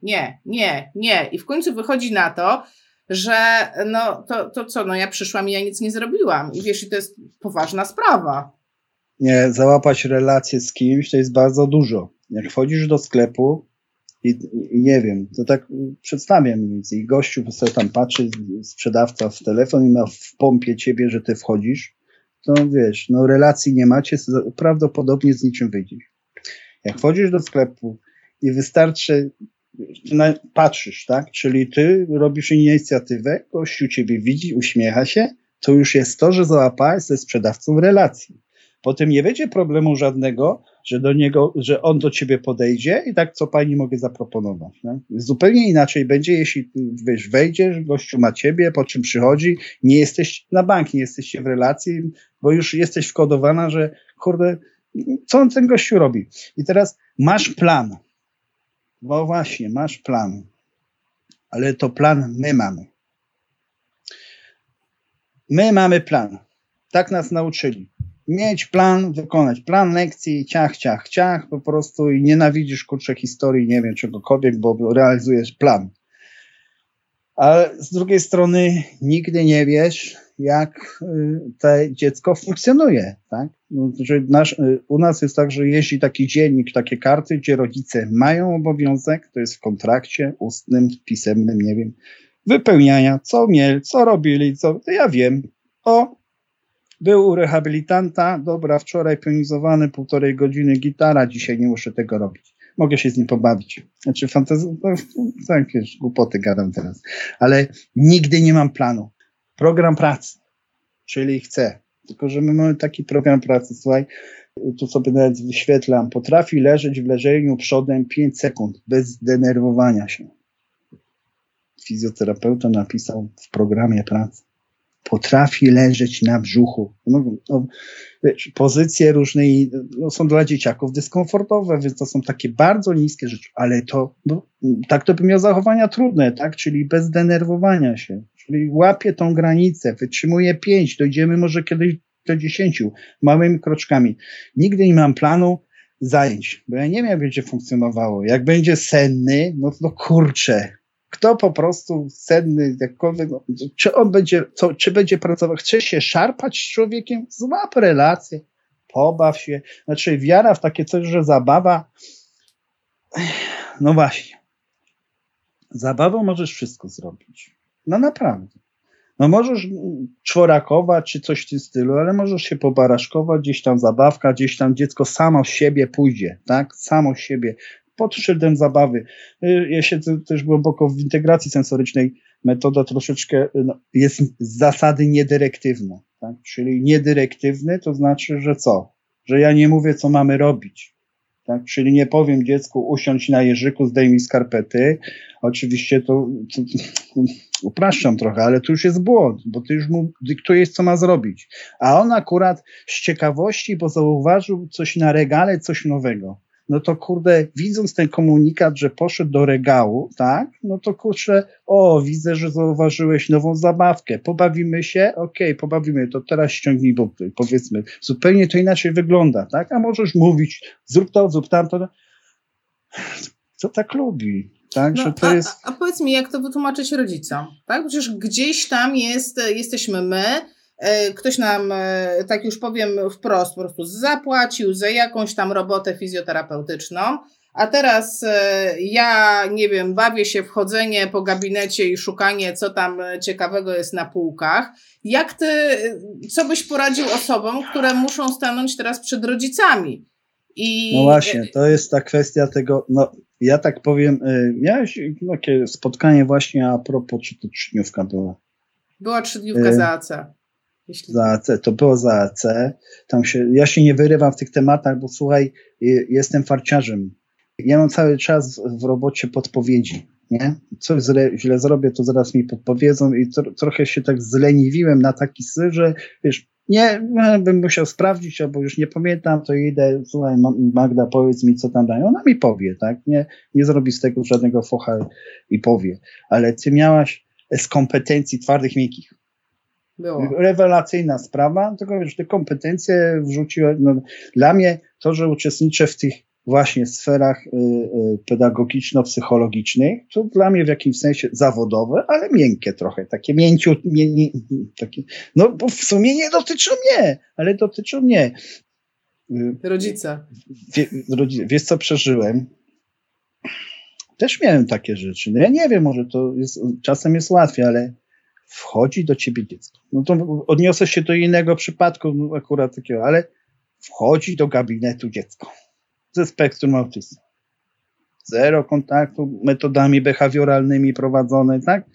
nie i w końcu wychodzi na to, że no to co, no ja przyszłam i ja nic nie zrobiłam i wiesz, i to jest poważna sprawa. Nie, załapać relację z kimś to jest bardzo dużo. Jak wchodzisz do sklepu i nie wiem, to tak przedstawiam mniej więcej. I gościu sobie tam patrzy, sprzedawca w telefon i ma w pompie ciebie, że ty wchodzisz, to wiesz, no relacji nie macie, prawdopodobnie z niczym wyjdziesz. Jak wchodzisz do sklepu i wystarczy, patrzysz, tak? Czyli ty robisz inicjatywę, gościu ciebie widzi, uśmiecha się, to już jest to, że załapałeś ze sprzedawcą relację. Potem nie będzie problemu żadnego, że on do ciebie podejdzie i tak, co pani mogę zaproponować. Nie? Zupełnie inaczej będzie, jeśli wiesz, wejdziesz, gościu ma ciebie, po czym przychodzi, nie jesteś na bank, nie jesteście w relacji, bo już jesteś wkodowana, że kurde, co on ten gościu robi? I teraz masz plan. Bo właśnie, masz plan. Ale to plan my mamy. My mamy plan. Tak nas nauczyli. Mieć plan, wykonać plan lekcji, ciach, po prostu i nienawidzisz kurczę historii, nie wiem czegokolwiek, bo realizujesz plan. Ale z drugiej strony nigdy nie wiesz, jak to dziecko funkcjonuje, tak? U nas jest tak, że jeśli taki dziennik, takie karty, gdzie rodzice mają obowiązek, to jest w kontrakcie ustnym, pisemnym, nie wiem, wypełniania, co mieli, co robili, to ja wiem. Był u rehabilitanta, dobra, wczoraj pionizowany 1,5 godziny gitara, dzisiaj nie muszę tego robić. Mogę się z nim pobawić. Znaczy takie głupoty gadam teraz. Ale nigdy nie mam planu. Program pracy, czyli chcę. Tylko, że my mamy taki program pracy, słuchaj, tu sobie nawet wyświetlam, potrafi leżeć w leżeniu przodem 5 sekund, bez zdenerwowania się. Fizjoterapeuta napisał w programie pracy. Potrafi leżeć na brzuchu. Pozycje różne są dla dzieciaków dyskomfortowe, więc to są takie bardzo niskie rzeczy, ale tak to by miał zachowania trudne, tak? Czyli bez denerwowania się. Czyli łapie tą granicę, wytrzymuje 5, dojdziemy może kiedyś do 10, małymi kroczkami. Nigdy nie mam planu zajęć, bo ja nie wiem, jak będzie funkcjonowało. Jak będzie senny, no to kurczę. Kto po prostu senny, jakkolwiek, czy on będzie, czy będzie pracował, chce się szarpać z człowiekiem, złap relację, pobaw się. Znaczy wiara w takie coś, że zabawa, no właśnie, zabawą możesz wszystko zrobić. No naprawdę. No możesz czworakować czy coś w tym stylu, ale możesz się pobaraszkować, gdzieś tam zabawka, gdzieś tam dziecko samo z siebie pójdzie, tak? Samo z siebie. Pod szyldem zabawy. Ja siedzę też głęboko w integracji sensorycznej. Metoda troszeczkę jest z zasady niedyrektywna. Tak? Czyli niedyrektywny to znaczy, że co? Że ja nie mówię, co mamy robić. Tak? Czyli nie powiem dziecku usiądź na jeżyku, zdejmij skarpety. Oczywiście to upraszczam trochę, ale to już jest błąd, bo ty już mu dyktujesz, co ma zrobić. A on akurat z ciekawości, bo zauważył coś na regale, coś nowego. No to kurde, widząc ten komunikat, że poszedł do regału, tak, no to kurczę, widzę, że zauważyłeś nową zabawkę, pobawimy się, okej, pobawimy, to teraz ściągnij buty, powiedzmy, zupełnie to inaczej wygląda, tak, a możesz mówić, zrób to, zrób tamto, co tak lubi, tak, no, że to jest... A powiedz mi, jak to wytłumaczyć rodzicom, tak, przecież gdzieś tam jesteśmy my, ktoś nam, tak już powiem wprost, po prostu zapłacił za jakąś tam robotę fizjoterapeutyczną, a teraz ja, nie wiem, bawię się w chodzenie po gabinecie i szukanie, co tam ciekawego jest na półkach. Co byś poradził osobom, które muszą stanąć teraz przed rodzicami? No właśnie, to jest ta kwestia tego, ja tak powiem, miałeś takie spotkanie właśnie a propos, czy to 3-dniówka była? Była 3-dniówka za AC. Za AC, to było za AC. Ja się nie wyrywam w tych tematach, bo słuchaj, jestem farciarzem. Ja mam cały czas w robocie podpowiedzi, nie? Coś źle zrobię, to zaraz mi podpowiedzą i trochę się tak zleniwiłem na taki styl, że wiesz, nie, bym musiał sprawdzić, albo już nie pamiętam, to idę, słuchaj Magda, powiedz mi, co tam dają. Ona mi powie, tak? Nie zrobi z tego żadnego focha i powie. Ale ty miałaś z kompetencji twardych, miękkich. Było. Rewelacyjna sprawa, tylko wiesz, te kompetencje wrzuciłem. Dla mnie to, że uczestniczę w tych właśnie sferach pedagogiczno-psychologicznych, to dla mnie w jakimś sensie zawodowe, ale miękkie trochę, takie takie, no bo w sumie nie dotyczą mnie, ale dotyczą mnie. Rodzice. Wiesz, co przeżyłem? Też miałem takie rzeczy. No ja nie wiem, może to czasem jest łatwiej, ale wchodzi do ciebie dziecko. No to odniosę się do innego przypadku, akurat takiego, ale wchodzi do gabinetu dziecko ze spektrum autyzmu. 0 kontaktu, metodami behawioralnymi prowadzone, tak?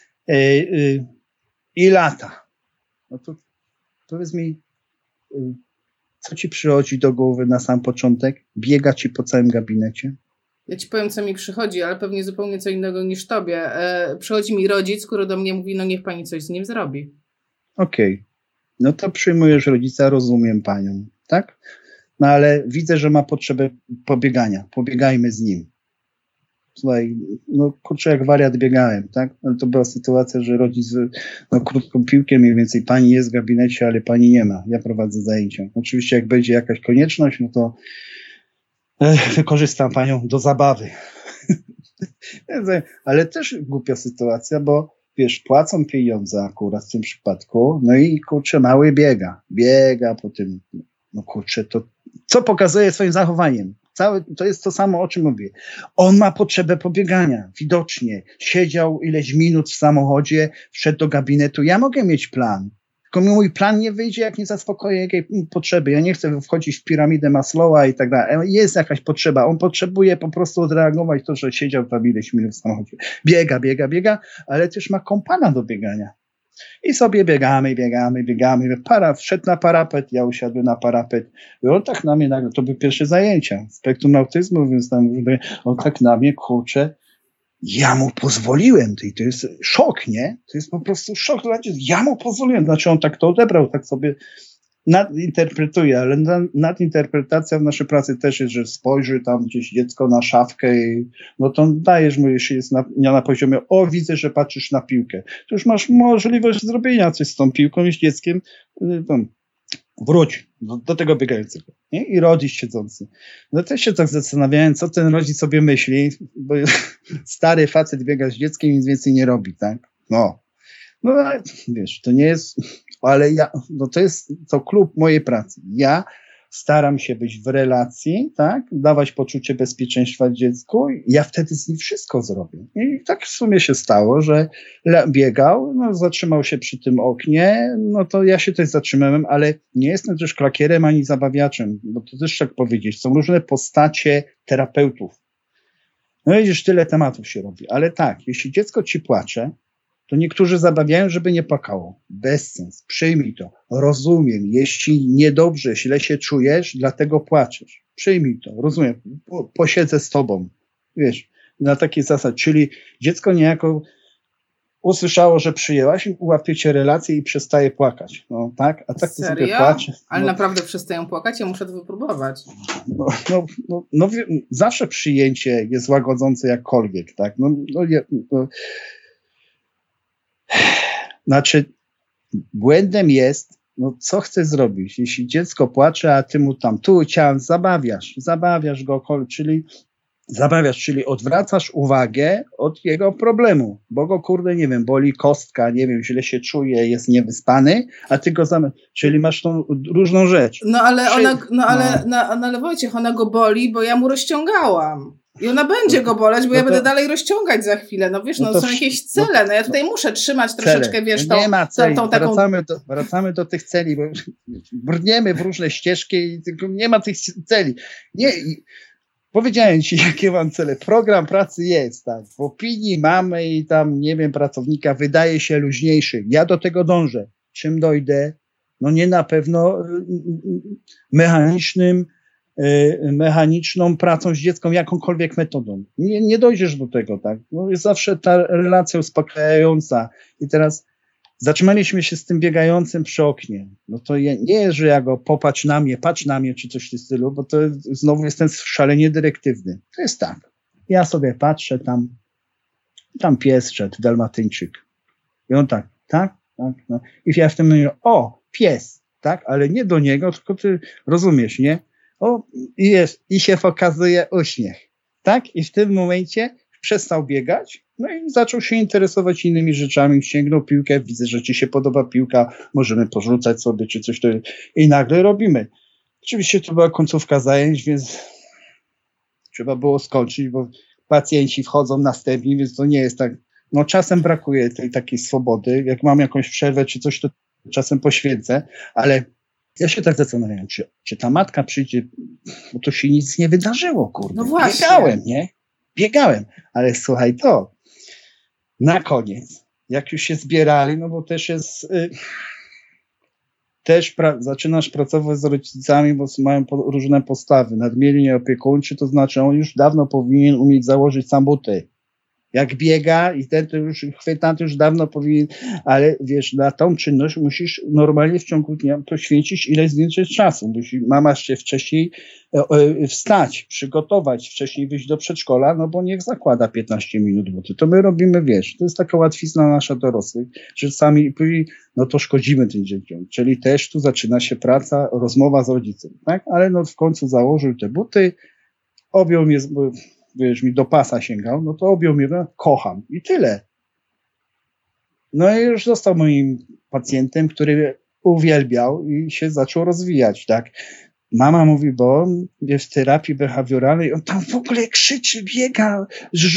I lata. No to powiedz mi, co ci przychodzi do głowy na sam początek? Biega ci po całym gabinecie? Ja ci powiem, co mi przychodzi, ale pewnie zupełnie co innego niż tobie. Przychodzi mi rodzic, który do mnie mówi, no niech pani coś z nim zrobi. Okej. No to przyjmujesz rodzica, rozumiem panią, tak? No ale widzę, że ma potrzebę pobiegania. Pobiegajmy z nim. Słuchaj, no kurczę, jak wariat biegałem, tak? No to była sytuacja, że rodzic, krótką piłkę mniej więcej, pani jest w gabinecie, ale pani nie ma. Ja prowadzę zajęcia. Oczywiście jak będzie jakaś konieczność, no to wykorzystam panią do zabawy. Ale też głupia sytuacja, bo wiesz, płacą pieniądze akurat w tym przypadku, no i kurczę, mały biega po tym, no kurczę, to co pokazuje swoim zachowaniem? To jest to samo, o czym mówię. On ma potrzebę pobiegania, widocznie. Siedział ileś minut w samochodzie, wszedł do gabinetu. Ja mogę mieć plan, tylko mój plan nie wyjdzie, jak nie zaspokoję jakiej potrzeby. Ja nie chcę wchodzić w piramidę Maslowa i tak dalej. Jest jakaś potrzeba. On potrzebuje po prostu odreagować to, że siedział tam ileś minut w samochodzie. Biega, ale też ma kompana do biegania. I sobie biegamy. Wszedł na parapet, ja usiadłem na parapet. I on tak na mnie nagle, to były pierwsze zajęcia. Spektrum autyzmu, więc tam on tak na mnie, kurczę, ja mu pozwoliłem. I to jest szok, nie? To jest po prostu szok. Ja mu pozwoliłem. Znaczy on tak to odebrał, tak sobie nadinterpretuje, ale nadinterpretacja w naszej pracy też jest, że spojrzy tam gdzieś dziecko na szafkę i no to dajesz mu, jeśli jest na poziomie, widzę, że patrzysz na piłkę. To już masz możliwość zrobienia coś z tą piłką i z dzieckiem. Wróć do tego biegającego. Nie? I rodzic siedzący. No też się tak zastanawiałem, co ten rodzic sobie myśli, bo stary facet biega z dzieckiem i nic więcej nie robi, tak? No wiesz, to nie jest, ale to jest to klub mojej pracy. Ja staram się być w relacji, tak? Dawać poczucie bezpieczeństwa dziecku. Ja wtedy z nim wszystko zrobię. I tak w sumie się stało, że biegał, zatrzymał się przy tym oknie, no to ja się też zatrzymałem, ale nie jestem też klakierem ani zabawiaczem, bo to też tak powiedzieć. Są różne postacie terapeutów. No widzisz, tyle tematów się robi. Ale tak, jeśli dziecko ci płacze, to niektórzy zabawiają, żeby nie płakało. Bezsens. Przyjmij to. Rozumiem. Jeśli niedobrze, źle się czujesz, dlatego płaczesz. Przyjmij to. Rozumiem. Posiedzę z tobą. Wiesz, na takiej zasadzie. Czyli dziecko niejako usłyszało, że przyjęłaś, łapiecie relację i przestaje płakać. No tak? A tak to sobie płacze. Ale naprawdę przestają płakać? Ja muszę to wypróbować. Zawsze przyjęcie jest łagodzące jakkolwiek, tak? Znaczy, błędem jest, co chcę zrobić? Jeśli dziecko płacze, a ty mu tam ciałem zabawiasz go, czyli odwracasz uwagę od jego problemu, bo go, nie wiem, boli kostka, nie wiem, źle się czuje, jest niewyspany, a ty go czyli masz tą różną rzecz. Ale Wojciech, ona go boli, bo ja mu rozciągałam. I ona będzie go boleć, bo ja będę dalej rozciągać za chwilę. No wiesz, są jakieś cele. Ja tutaj muszę trzymać troszeczkę, wiesz, nie ma celi. tą taką... Wracamy do tych celi, bo brniemy w różne ścieżki i tylko nie ma tych celi. Nie, powiedziałem ci, jakie mam cele. Program pracy jest, tak. W opinii mamy i tam, nie wiem, pracownika wydaje się luźniejszy. Ja do tego dążę. Czym dojdę? Nie na pewno mechaniczną pracą z dzieckiem, jakąkolwiek metodą. Nie dojdziesz do tego, tak? Jest zawsze ta relacja uspokajająca. I teraz zatrzymaliśmy się z tym biegającym przy oknie. To nie jest, że ja go patrz na mnie, czy coś w tym stylu, bo to znowu jest ten szalenie dyrektywny. To jest tak. Ja sobie patrzę, tam pies szedł, dalmatyńczyk. I on tak. No. I ja w tym mówię, pies, tak? Ale nie do niego, tylko ty rozumiesz, nie? I się pokazuje uśmiech, tak? I w tym momencie przestał biegać, i zaczął się interesować innymi rzeczami, sięgnął piłkę, widzę, że ci się podoba piłka, możemy porzucać sobie, czy coś i nagle robimy. Oczywiście to była końcówka zajęć, więc trzeba było skończyć, bo pacjenci wchodzą następni, więc to nie jest tak, czasem brakuje tej takiej swobody, jak mam jakąś przerwę, czy coś, to czasem poświęcę, ale ja się tak zastanawiam, czy ta matka przyjdzie, bo to się nic nie wydarzyło, No właśnie. Biegałem, ale słuchaj na koniec, jak już się zbierali, bo też jest, zaczynasz pracować z rodzicami, bo mają różne postawy, nadmiernie opiekuńczy, to znaczy on już dawno powinien umieć założyć sam buty. Jak biega i ten to już chwyta, to już dawno powinien, ale wiesz, na tą czynność musisz normalnie w ciągu dnia poświęcić ileś więcej czasu. Mama się wcześniej wstać, przygotować, wcześniej wyjść do przedszkola, bo niech zakłada 15 minut buty. To my robimy, wiesz, to jest taka łatwizna nasza dorosłych, że sami to szkodzimy tym dzieciom. Czyli też tu zaczyna się praca, rozmowa z rodzicem, tak? Ale w końcu założył te buty, objął mnie, wiesz, mi do pasa sięgał, to objął mnie, kocham i tyle. I już został moim pacjentem, który uwielbiał i się zaczął rozwijać, tak. Mama mówi, bo on jest w terapii behawioralnej, on tam w ogóle krzyczy, biega,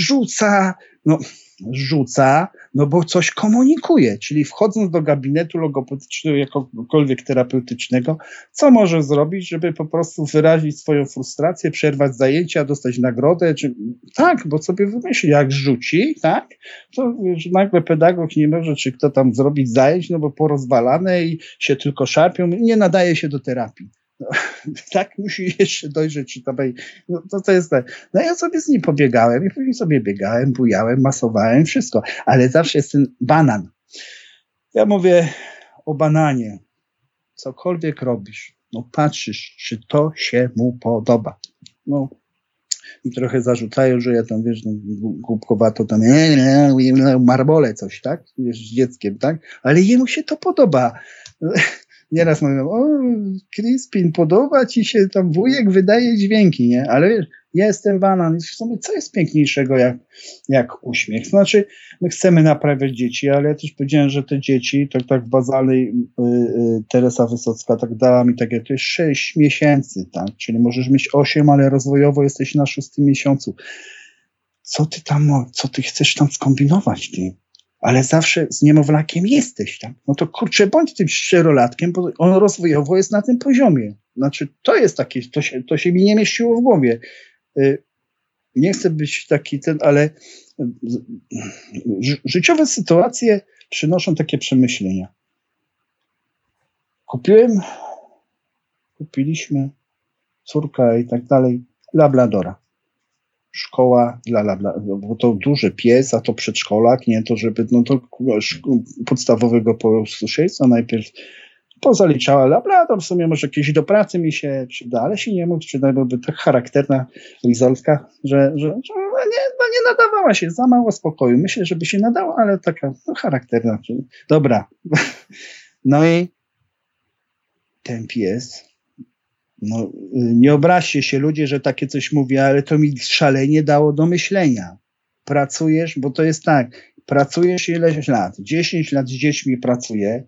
rzuca, bo coś komunikuje, czyli wchodząc do gabinetu logopedycznego, jakiegokolwiek terapeutycznego, co może zrobić, żeby po prostu wyrazić swoją frustrację, przerwać zajęcia, dostać nagrodę, tak, bo sobie wymyśli, jak rzuci, tak, to nagle pedagog nie może, czy kto tam zrobić zajęć, bo porozwalane i się tylko szarpią, nie nadaje się do terapii. Tak musi jeszcze dojrzeć, czy to jest tak. Ja sobie z nim pobiegałem i później sobie biegałem, bujałem, masowałem, wszystko, ale zawsze jest ten banan. Ja mówię o bananie. Cokolwiek robisz, patrzysz, czy to się mu podoba. I trochę zarzucają, że ja tam, głupkowato tam, marbole coś, tak? Z dzieckiem, tak? Ale jemu się to podoba. Nieraz mówią, Crispin, podoba ci się, tam wujek wydaje dźwięki, nie? Ale wiesz, jestem banan. I w sumie co jest piękniejszego jak uśmiech? Znaczy, my chcemy naprawiać dzieci, ale ja też powiedziałem, że te dzieci, tak w bazalnej Teresa Wysocka tak dała mi takie, to jest 6 miesięcy, tak? Czyli możesz mieć 8, ale rozwojowo jesteś na 6 miesiącu. Co ty chcesz tam skombinować, ty? Ale zawsze z niemowlakiem jesteś tam. To kurczę, bądź tym 4-latkiem, bo on rozwojowo jest na tym poziomie. Znaczy, to jest takie, to się mi nie mieściło w głowie. Nie chcę być taki ale życiowe sytuacje przynoszą takie przemyślenia. Kupiliśmy, córka i tak dalej, labradora. Szkoła dla labradora, bo to duży pies, a to przedszkolak, nie to, żeby, to podstawowego po prostu 6, a najpierw pozaliczała labrador, w sumie może jakieś do pracy mi się przyda, ale się nie mógł przydać, byłaby tak charakterna lizolka, że nie nadawała się, za mało spokoju. Myślę, żeby się nadała, ale taka charakterna. Dobra. I ten pies, nie obraźcie się ludzie, że takie coś mówię, ale to mi szalenie dało do myślenia. Pracujesz, bo to jest tak, pracujesz ileś lat, 10 lat z dziećmi pracuję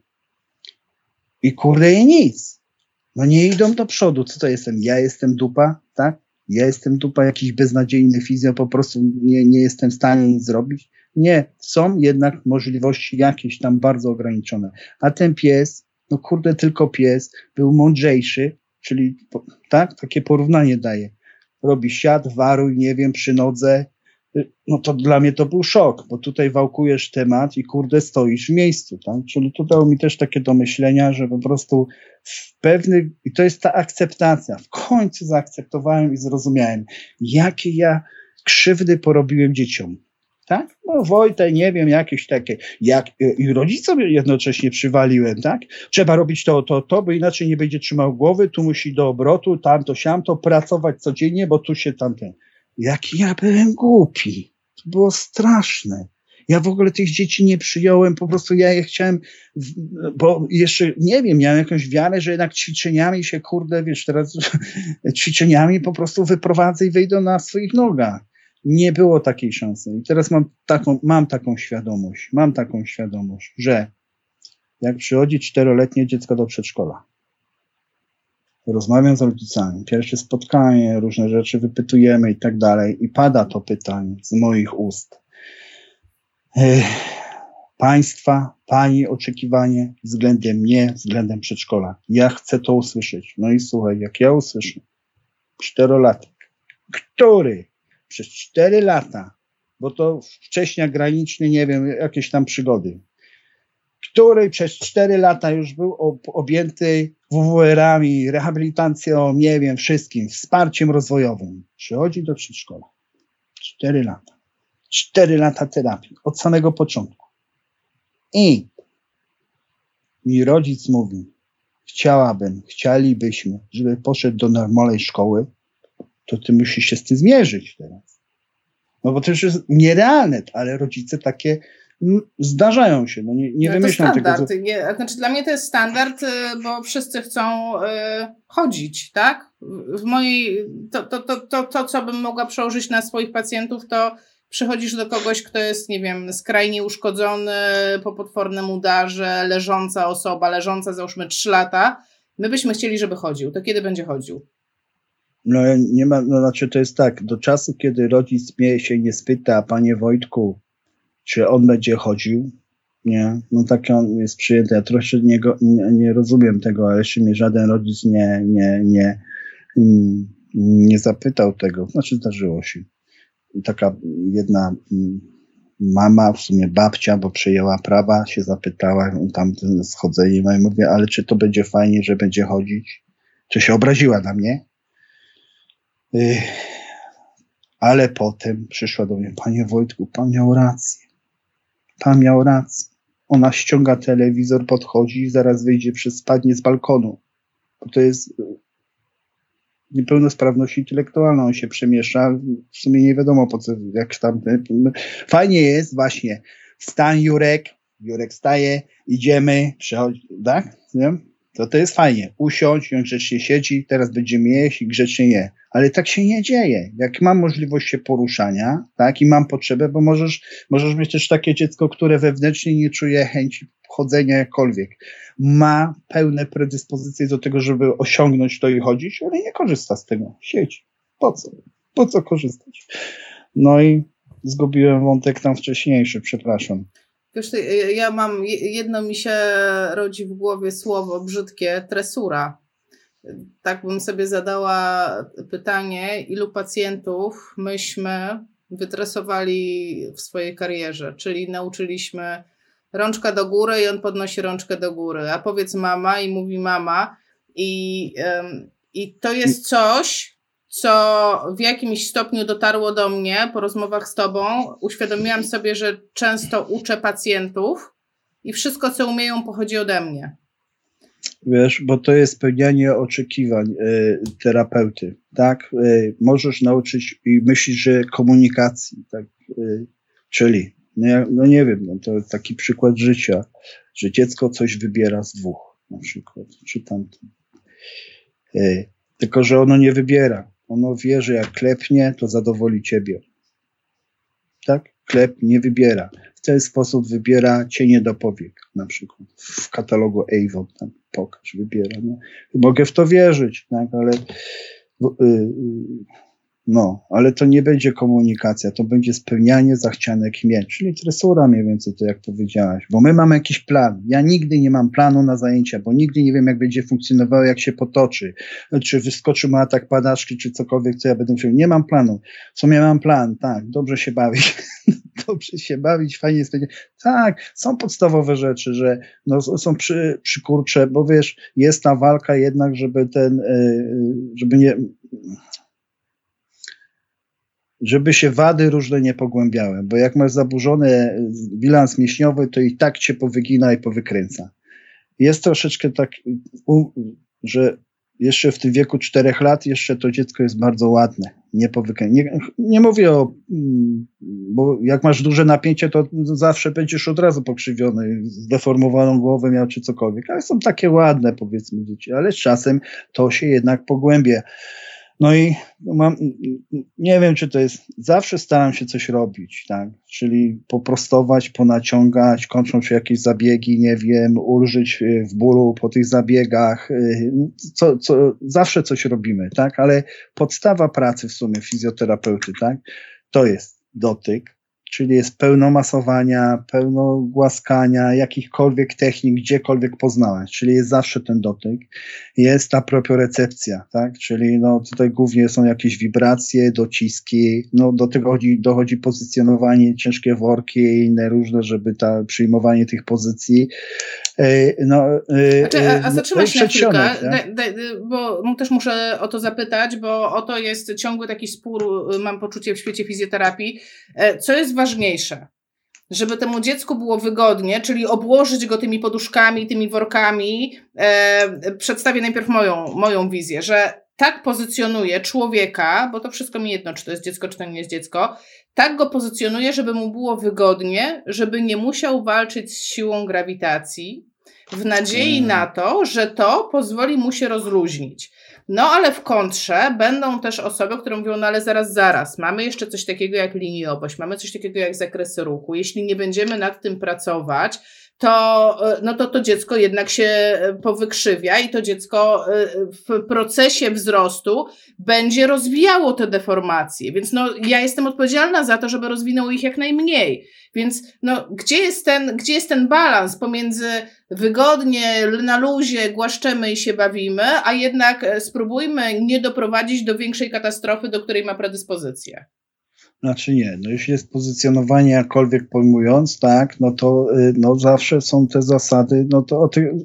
i kurde nic. Nie idą do przodu. Co to jestem? Ja jestem dupa, tak? Ja jestem dupa, jakiś beznadziejny fizjo, po prostu nie jestem w stanie nic zrobić. Nie, są jednak możliwości jakieś tam bardzo ograniczone. A ten pies, tylko pies, był mądrzejszy, czyli tak, takie porównanie daje. Robi siad, waruj, nie wiem, przy nodze. To dla mnie to był szok, bo tutaj wałkujesz temat i stoisz w miejscu, tak? Czyli to dało mi też takie do myślenia, że po prostu i to jest ta akceptacja. W końcu zaakceptowałem i zrozumiałem, jakie ja krzywdy porobiłem dzieciom. Tak? Wojtek, nie wiem, jakieś takie, i rodzicom jednocześnie przywaliłem, tak? Trzeba robić to, bo inaczej nie będzie trzymał głowy, tu musi do obrotu, tamto, siamto, pracować codziennie, bo tu się tamten. Jaki ja byłem głupi. To było straszne. Ja w ogóle tych dzieci nie przyjąłem, po prostu ja je chciałem, bo jeszcze, nie wiem, miałem jakąś wiarę, że jednak ćwiczeniami się, teraz ćwiczeniami po prostu wyprowadzę i wyjdę na swoich nogach. Nie było takiej szansy. I teraz mam taką świadomość, że jak przychodzi 4-letnie dziecko do przedszkola, rozmawiam z rodzicami, pierwsze spotkanie, różne rzeczy wypytujemy i tak dalej, i pada to pytanie z moich ust. Państwa, pani oczekiwanie względem mnie, względem przedszkola. Ja chcę to usłyszeć. I słuchaj, jak ja usłyszę 4-latek, który przez 4 lata, bo to wcześniej graniczny, nie wiem, jakieś tam przygody, który przez 4 lata już był objęty WWR-ami, rehabilitacją, nie wiem, wszystkim, wsparciem rozwojowym. Przychodzi do przedszkola. 4 lata. 4 lata terapii. Od samego początku. I mi rodzic mówi, chcielibyśmy, żeby poszedł do normalnej szkoły, to ty musisz się z tym zmierzyć teraz. Bo to już jest nierealne, ale rodzice takie zdarzają się, nie wymyślą tego. Znaczy dla mnie to jest standard, bo wszyscy chcą chodzić, tak? W mojej, to, co bym mogła przełożyć na swoich pacjentów, to przychodzisz do kogoś, kto jest, nie wiem, skrajnie uszkodzony po potwornym udarze, leżąca osoba, leżąca załóżmy 3 lata My byśmy chcieli, żeby chodził. To kiedy będzie chodził? No nie ma, no znaczy to jest tak, do czasu, kiedy rodzic mnie się nie spyta, panie Wojtku, czy on będzie chodził, nie, no tak on jest przyjęty. Ja troszkę nie rozumiem tego, ale jeszcze mnie żaden rodzic nie zapytał tego. Znaczy zdarzyło się. Taka jedna mama, w sumie babcia, bo przejęła prawa, się zapytała tam schodzenie, no i mówię, ale czy to będzie fajnie, że będzie chodzić? Czy się obraziła na mnie? Ale potem przyszła do mnie, panie Wojtku, pan miał rację. Pan miał rację. Ona ściąga telewizor, podchodzi i zaraz wyjdzie, spadnie z balkonu. Bo to jest niepełnosprawność intelektualna, on się przemiesza, w sumie nie wiadomo po co, jak tam. Fajnie jest właśnie, wstań Jurek wstaje, idziemy, przychodzi, tak? Nie? To jest fajnie, usiądź, on grzecznie siedzi, teraz będziemy jeść i grzecznie je. Ale tak się nie dzieje. Jak mam możliwość się poruszania, tak, i mam potrzebę, bo możesz mieć też takie dziecko, które wewnętrznie nie czuje chęci chodzenia jakkolwiek. Ma pełne predyspozycje do tego, żeby osiągnąć to i chodzić, ale nie korzysta z tego. Siedzi. Po co? Po co korzystać? No i zgubiłem wątek tam wcześniejszy, przepraszam. Wiesz, ja mam, jedno mi się rodzi w głowie słowo brzydkie, tresura. Tak bym sobie zadała pytanie, ilu pacjentów myśmy wytresowali w swojej karierze, czyli nauczyliśmy rączka do góry i on podnosi rączkę do góry, a powiedz mama i mówi mama i to jest coś, co w jakimś stopniu dotarło do mnie po rozmowach z tobą. Uświadomiłam sobie, że często uczę pacjentów i wszystko, co umieją, pochodzi ode mnie. Wiesz, bo to jest spełnianie oczekiwań terapeuty, tak? Możesz nauczyć i myślisz, że komunikacji, tak? Czyli, no nie wiem, no to taki przykład życia, że dziecko coś wybiera z dwóch, na przykład, czy tamto. Tylko, że ono nie wybiera. Ono wie, że jak klepnie, to zadowoli ciebie. Tak? Klep nie wybiera. W ten sposób wybiera cienie do powiek, na przykład. W katalogu Avon tam pokaż, wybiera. No. Mogę w to wierzyć, tak? Ale to nie będzie komunikacja, to będzie spełnianie zachcianek mnie, czyli tresura mniej więcej, to jak powiedziałaś, bo my mamy jakiś plan. Ja nigdy nie mam planu na zajęcia, bo nigdy nie wiem, jak będzie funkcjonowało, jak się potoczy, czy wyskoczy mu atak padaczki, czy cokolwiek, co ja będę musiał. Nie mam planu. W sumie mam plan, tak, dobrze się bawić. Dobrze się bawić, fajnie spędzić. Tak, są podstawowe rzeczy, że no, są przykurcze, bo wiesz, jest ta walka jednak, żeby się wady różne nie pogłębiały, bo jak masz zaburzony bilans mięśniowy, to i tak cię powygina i powykręca. Jest troszeczkę tak, że jeszcze w tym wieku 4 lat jeszcze to dziecko jest bardzo ładne. Nie mówię bo jak masz duże napięcie, to zawsze będziesz od razu pokrzywiony, zdeformowaną głowę miał czy cokolwiek, ale są takie ładne, powiedzmy, dzieci, ale z czasem to się jednak pogłębia. No i nie wiem, czy to jest, zawsze staram się coś robić, tak, czyli poprostować, ponaciągać, kończą się jakieś zabiegi, nie wiem, ulżyć w bólu po tych zabiegach, zawsze coś robimy, tak, ale podstawa pracy w sumie fizjoterapeuty, tak, to jest dotyk, czyli jest pełno masowania, pełno głaskania, jakichkolwiek technik, gdziekolwiek poznałeś, czyli jest zawsze ten dotyk. Jest ta propiorecepcja, tak, czyli no tutaj głównie są jakieś wibracje, dociski, no do tego dochodzi pozycjonowanie, ciężkie worki i inne różne, żeby przyjmowanie tych pozycji. A zatrzymaj się na chwilkę, bo też muszę o to zapytać, bo oto jest ciągły taki spór, mam poczucie, w świecie fizjoterapii. Co jest ważniejsze? Żeby temu dziecku było wygodnie, czyli obłożyć go tymi poduszkami, tymi workami. Przedstawię najpierw moją wizję, że tak pozycjonuje człowieka, bo to wszystko mi jedno, czy to jest dziecko, czy to nie jest dziecko, tak go pozycjonuje, żeby mu było wygodnie, żeby nie musiał walczyć z siłą grawitacji, w nadziei na to, że to pozwoli mu się rozluźnić. No ale w kontrze będą też osoby, które mówią, no ale zaraz, mamy jeszcze coś takiego jak liniowość, mamy coś takiego jak zakresy ruchu. Jeśli nie będziemy nad tym pracować, to dziecko jednak się powykrzywia i to dziecko w procesie wzrostu będzie rozwijało te deformacje. Więc ja jestem odpowiedzialna za to, żeby rozwinął ich jak najmniej. Więc gdzie jest ten balans pomiędzy wygodnie, na luzie, głaszczemy i się bawimy, a jednak spróbujmy nie doprowadzić do większej katastrofy, do której ma predyspozycję. Znaczy nie, jeśli jest pozycjonowanie jakkolwiek pojmując, tak, to zawsze są te zasady, to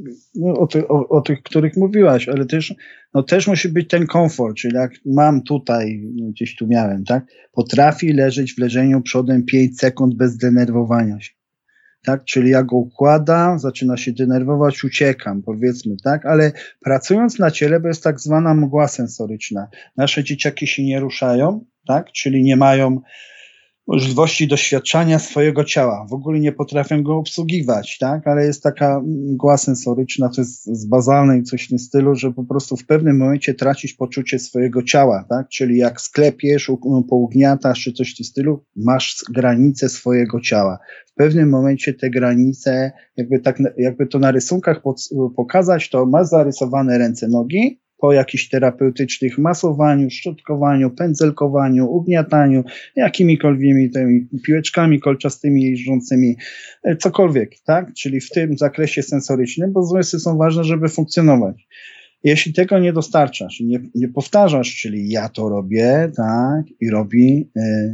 o tych, których mówiłaś, ale też musi być ten komfort, czyli jak mam tutaj, gdzieś tu miałem, tak, potrafi leżeć w leżeniu przodem 5 sekund bez denerwowania się. Tak, czyli ja go układam, zaczyna się denerwować, uciekam, powiedzmy, tak, ale pracując na ciele, bo jest tak zwana mgła sensoryczna. Nasze dzieciaki się nie ruszają, tak, czyli nie mają możliwości doświadczania swojego ciała. W ogóle nie potrafią go obsługiwać, tak, ale jest taka mgła sensoryczna, to jest z bazalnej coś w tym stylu, że po prostu w pewnym momencie tracisz poczucie swojego ciała, tak, czyli jak sklepiesz, pougniatasz czy coś w tym stylu, masz granice swojego ciała. W pewnym momencie te granice, jakby to na rysunkach pokazać, to masz zarysowane ręce, nogi, po jakichś terapeutycznych masowaniu, szczotkowaniu, pędzelkowaniu, ugniataniu, jakimikolwiek tymi piłeczkami kolczastymi jeżdżącymi, cokolwiek, tak? Czyli w tym zakresie sensorycznym, bo zmysły są ważne, żeby funkcjonować. Jeśli tego nie dostarczasz, nie powtarzasz, czyli ja to robię, tak? I robi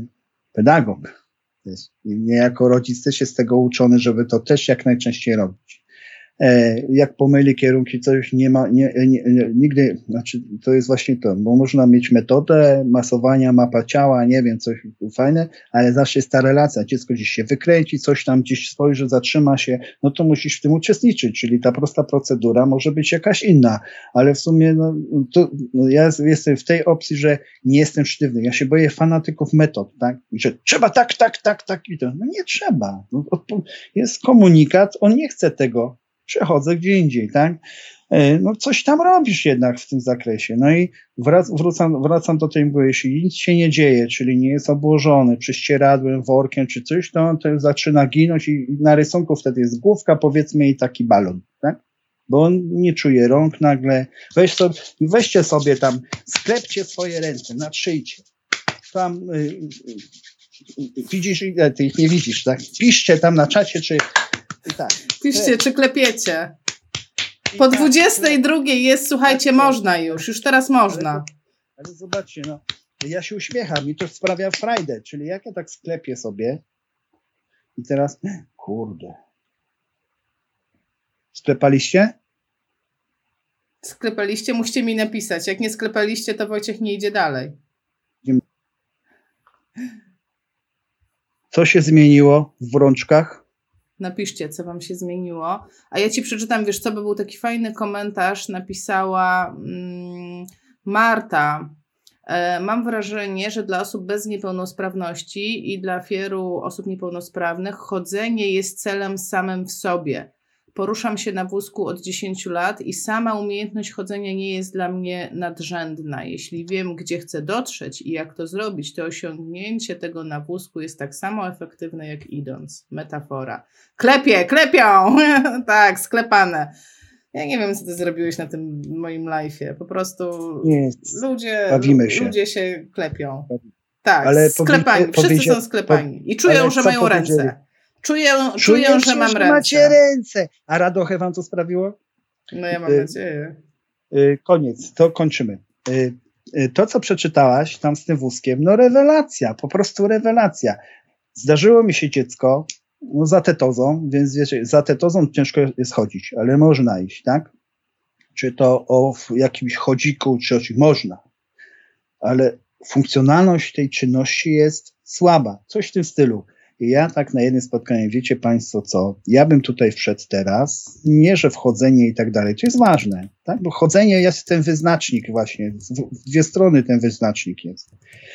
pedagog. I mnie jako rodzic też jest tego uczony, żeby to też jak najczęściej robić. Jak pomyli kierunki, coś nigdy, znaczy to jest właśnie to, bo można mieć metodę masowania, mapa ciała, nie wiem, coś fajne, ale zawsze jest ta relacja, dziecko gdzieś się wykręci, coś tam gdzieś spojrzy, zatrzyma się, to musisz w tym uczestniczyć, czyli ta prosta procedura może być jakaś inna, ale w sumie ja jestem w tej opcji, że nie jestem sztywny, ja się boję fanatyków metod, tak, że trzeba tak i to, nie trzeba, jest komunikat, on nie chce tego, przechodzę gdzie indziej, tak? Coś tam robisz jednak w tym zakresie. I wracam do tej mgły. Jeśli nic się nie dzieje, czyli nie jest obłożony prześcieradłem, workiem czy coś, to zaczyna ginąć i na rysunku wtedy jest główka, powiedzmy, i taki balon, tak? Bo on nie czuje rąk nagle. Weźcie sobie tam, sklepcie swoje ręce, natrzyjcie. Tam widzisz, ile ty ich nie widzisz, tak? Piszcie tam na czacie, czy tak. Piszcie, czy klepiecie. Po 22 jest, słuchajcie, można już teraz można. Ale zobaczcie, ja się uśmiecham i to sprawia frajdę, czyli jak ja tak sklepię sobie i teraz, kurde. Sklepaliście? Sklepaliście? Musicie mi napisać. Jak nie sklepaliście, to Wojciech nie idzie dalej. Co się zmieniło w rączkach? Napiszcie, co wam się zmieniło. A ja ci przeczytam, wiesz co, by był taki fajny komentarz, napisała Marta. Mam wrażenie, że dla osób bez niepełnosprawności i dla wielu osób niepełnosprawnych chodzenie jest celem samym w sobie. Poruszam się na wózku od 10 lat i sama umiejętność chodzenia nie jest dla mnie nadrzędna. Jeśli wiem, gdzie chcę dotrzeć i jak to zrobić, to osiągnięcie tego na wózku jest tak samo efektywne jak idąc. Metafora. Klepią! Tak, sklepane. Ja nie wiem, co ty zrobiłeś na tym moim live'ie. Po prostu ludzie się klepią. Tak, ale sklepani. Wszyscy są sklepani i czują, że mają ręce. Czuję, że mam ręce. Macie ręce. A radochę wam to sprawiło? Ja mam nadzieję. Koniec, to kończymy. To, co przeczytałaś tam z tym wózkiem, rewelacja, po prostu rewelacja. Zdarzyło mi się dziecko za tetozą, więc wiecie, za tetozą ciężko jest chodzić, ale można iść, tak? Czy to o jakimś chodziku, czy o czymś można. Ale funkcjonalność tej czynności jest słaba. Coś w tym stylu. I ja tak na jednym spotkaniu, wiecie państwo co, ja bym tutaj wszedł teraz, nie że wchodzenie i tak dalej, to jest ważne, tak? Bo chodzenie jest ten wyznacznik właśnie, w dwie strony ten wyznacznik jest.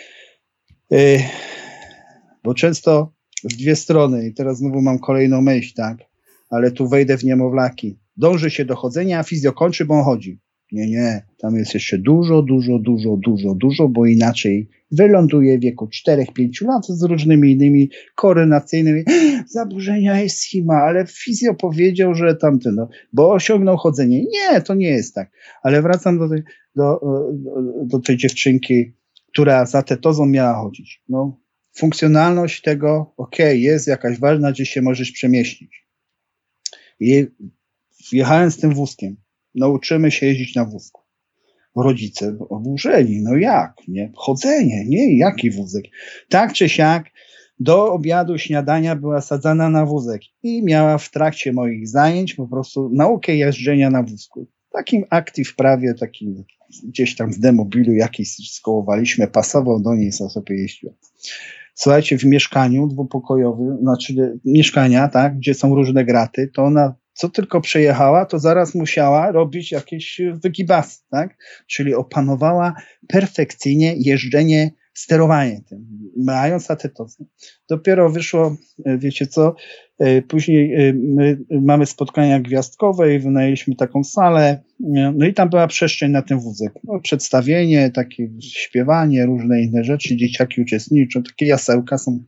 Bo często w dwie strony, i teraz znowu mam kolejną myśl, tak? Ale tu wejdę w niemowlaki. Dąży się do chodzenia, a fizjo kończy, bo on chodzi. Nie, tam jest jeszcze dużo, bo inaczej wyląduje w wieku 4-5 lat z różnymi innymi koordynacyjnymi zaburzenia Eskima, ale fizjo powiedział, że tamten, bo osiągnął chodzenie. Nie, to nie jest tak. Ale wracam do tej dziewczynki, która za tetozą miała chodzić. No, funkcjonalność tego, jest jakaś ważna, gdzie się możesz przemieścić. I wjechałem z tym wózkiem. Nauczymy się jeździć na wózku. Rodzice oburzeni, jak, nie? Chodzenie, nie? Jaki wózek? Tak czy siak, do obiadu, śniadania była sadzana na wózek i miała w trakcie moich zajęć po prostu naukę jeżdżenia na wózku. Takim active prawie, takim gdzieś tam w demobilu jakiś skołowaliśmy, pasował do niej, sobie jeździła. Słuchajcie, w mieszkaniu dwupokojowym, mieszkania, tak, gdzie są różne graty, to ona co tylko przejechała, to zaraz musiała robić jakieś wygibasy, tak? Czyli opanowała perfekcyjnie jeżdżenie, sterowanie tym, mając atetozę. Dopiero wyszło, wiecie co, później my mamy spotkania gwiazdkowe i wynajęliśmy taką salę, no i tam była przestrzeń na ten wózek. Przedstawienie, takie śpiewanie, różne inne rzeczy, dzieciaki uczestniczą, takie jasełka są.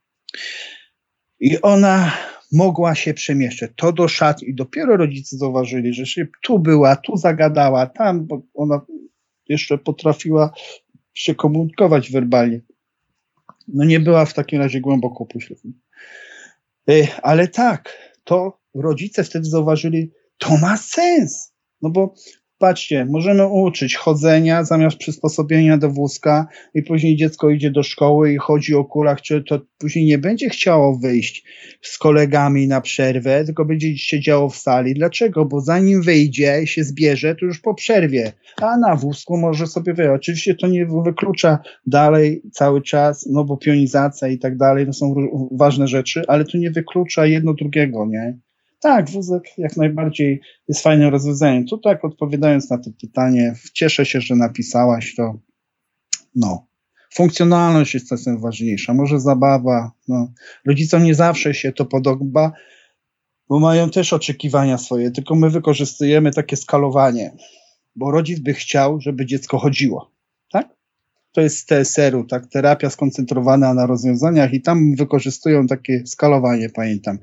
I ona mogła się przemieszczać, to do szat i dopiero rodzice zauważyli, że się tu była, tu zagadała, tam, bo ona jeszcze potrafiła się komunikować werbalnie. No nie była w takim razie głęboko upośledzona. Ale tak, to rodzice wtedy zauważyli, to ma sens, no bo patrzcie, możemy uczyć chodzenia zamiast przysposobienia do wózka i później dziecko idzie do szkoły i chodzi o kulach, czy to później nie będzie chciało wyjść z kolegami na przerwę, tylko będzie siedziało w sali. Dlaczego? Bo zanim wyjdzie i się zbierze, to już po przerwie, a na wózku może sobie wyjść. Oczywiście to nie wyklucza dalej cały czas, no bo pionizacja i tak dalej, to są ważne rzeczy, ale to nie wyklucza jedno drugiego, nie? Tak, wózek jak najbardziej jest fajnym rozwiązaniem. Tu tak odpowiadając na to pytanie, cieszę się, że napisałaś to. Funkcjonalność jest czasem ważniejsza, może zabawa. Rodzicom nie zawsze się to podoba, bo mają też oczekiwania swoje, tylko my wykorzystujemy takie skalowanie, bo rodzic by chciał, żeby dziecko chodziło, tak? To jest z TSR-u, tak? Terapia skoncentrowana na rozwiązaniach i tam wykorzystują takie skalowanie, pamiętam.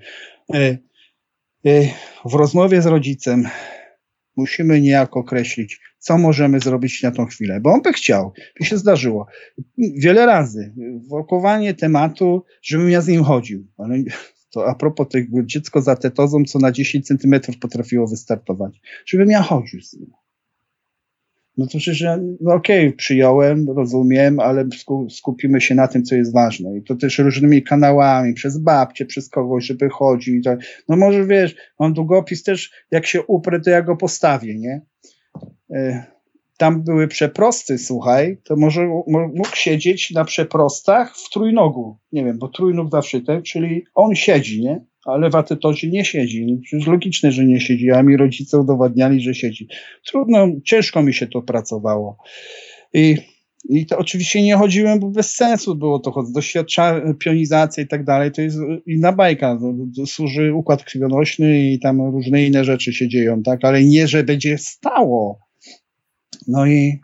W rozmowie z rodzicem musimy niejako określić, co możemy zrobić na tą chwilę, bo on by chciał, by się zdarzyło. Wiele razy wokółowanie tematu, żebym ja z nim chodził. Ale to a propos tego dziecko za tetozą, co na 10 centymetrów potrafiło wystartować. Żebym ja chodził z nim. No to przecież przyjąłem, rozumiem, ale skupimy się na tym, co jest ważne. I to też różnymi kanałami, przez babcię, przez kogoś, żeby chodził i tak. No może wiesz, mam długopis też, jak się uprę, to ja go postawię, nie? Tam były przeprosty, słuchaj, to może mógł siedzieć na przeprostach w trójnogu. Nie wiem, bo trójnóg zawsze ten, czyli on siedzi, nie? Ale w atetozie nie siedzi. No, przecież logiczne, że nie siedzi, a mi rodzice udowadniali, że siedzi. Trudno, ciężko mi się to pracowało. I to oczywiście nie chodziłem, bo bez sensu było to chodzić. Pionizacja i tak dalej, to jest inna bajka. To służy układ krwionośny i tam różne inne rzeczy się dzieją, tak? Ale nie, że będzie stało. No i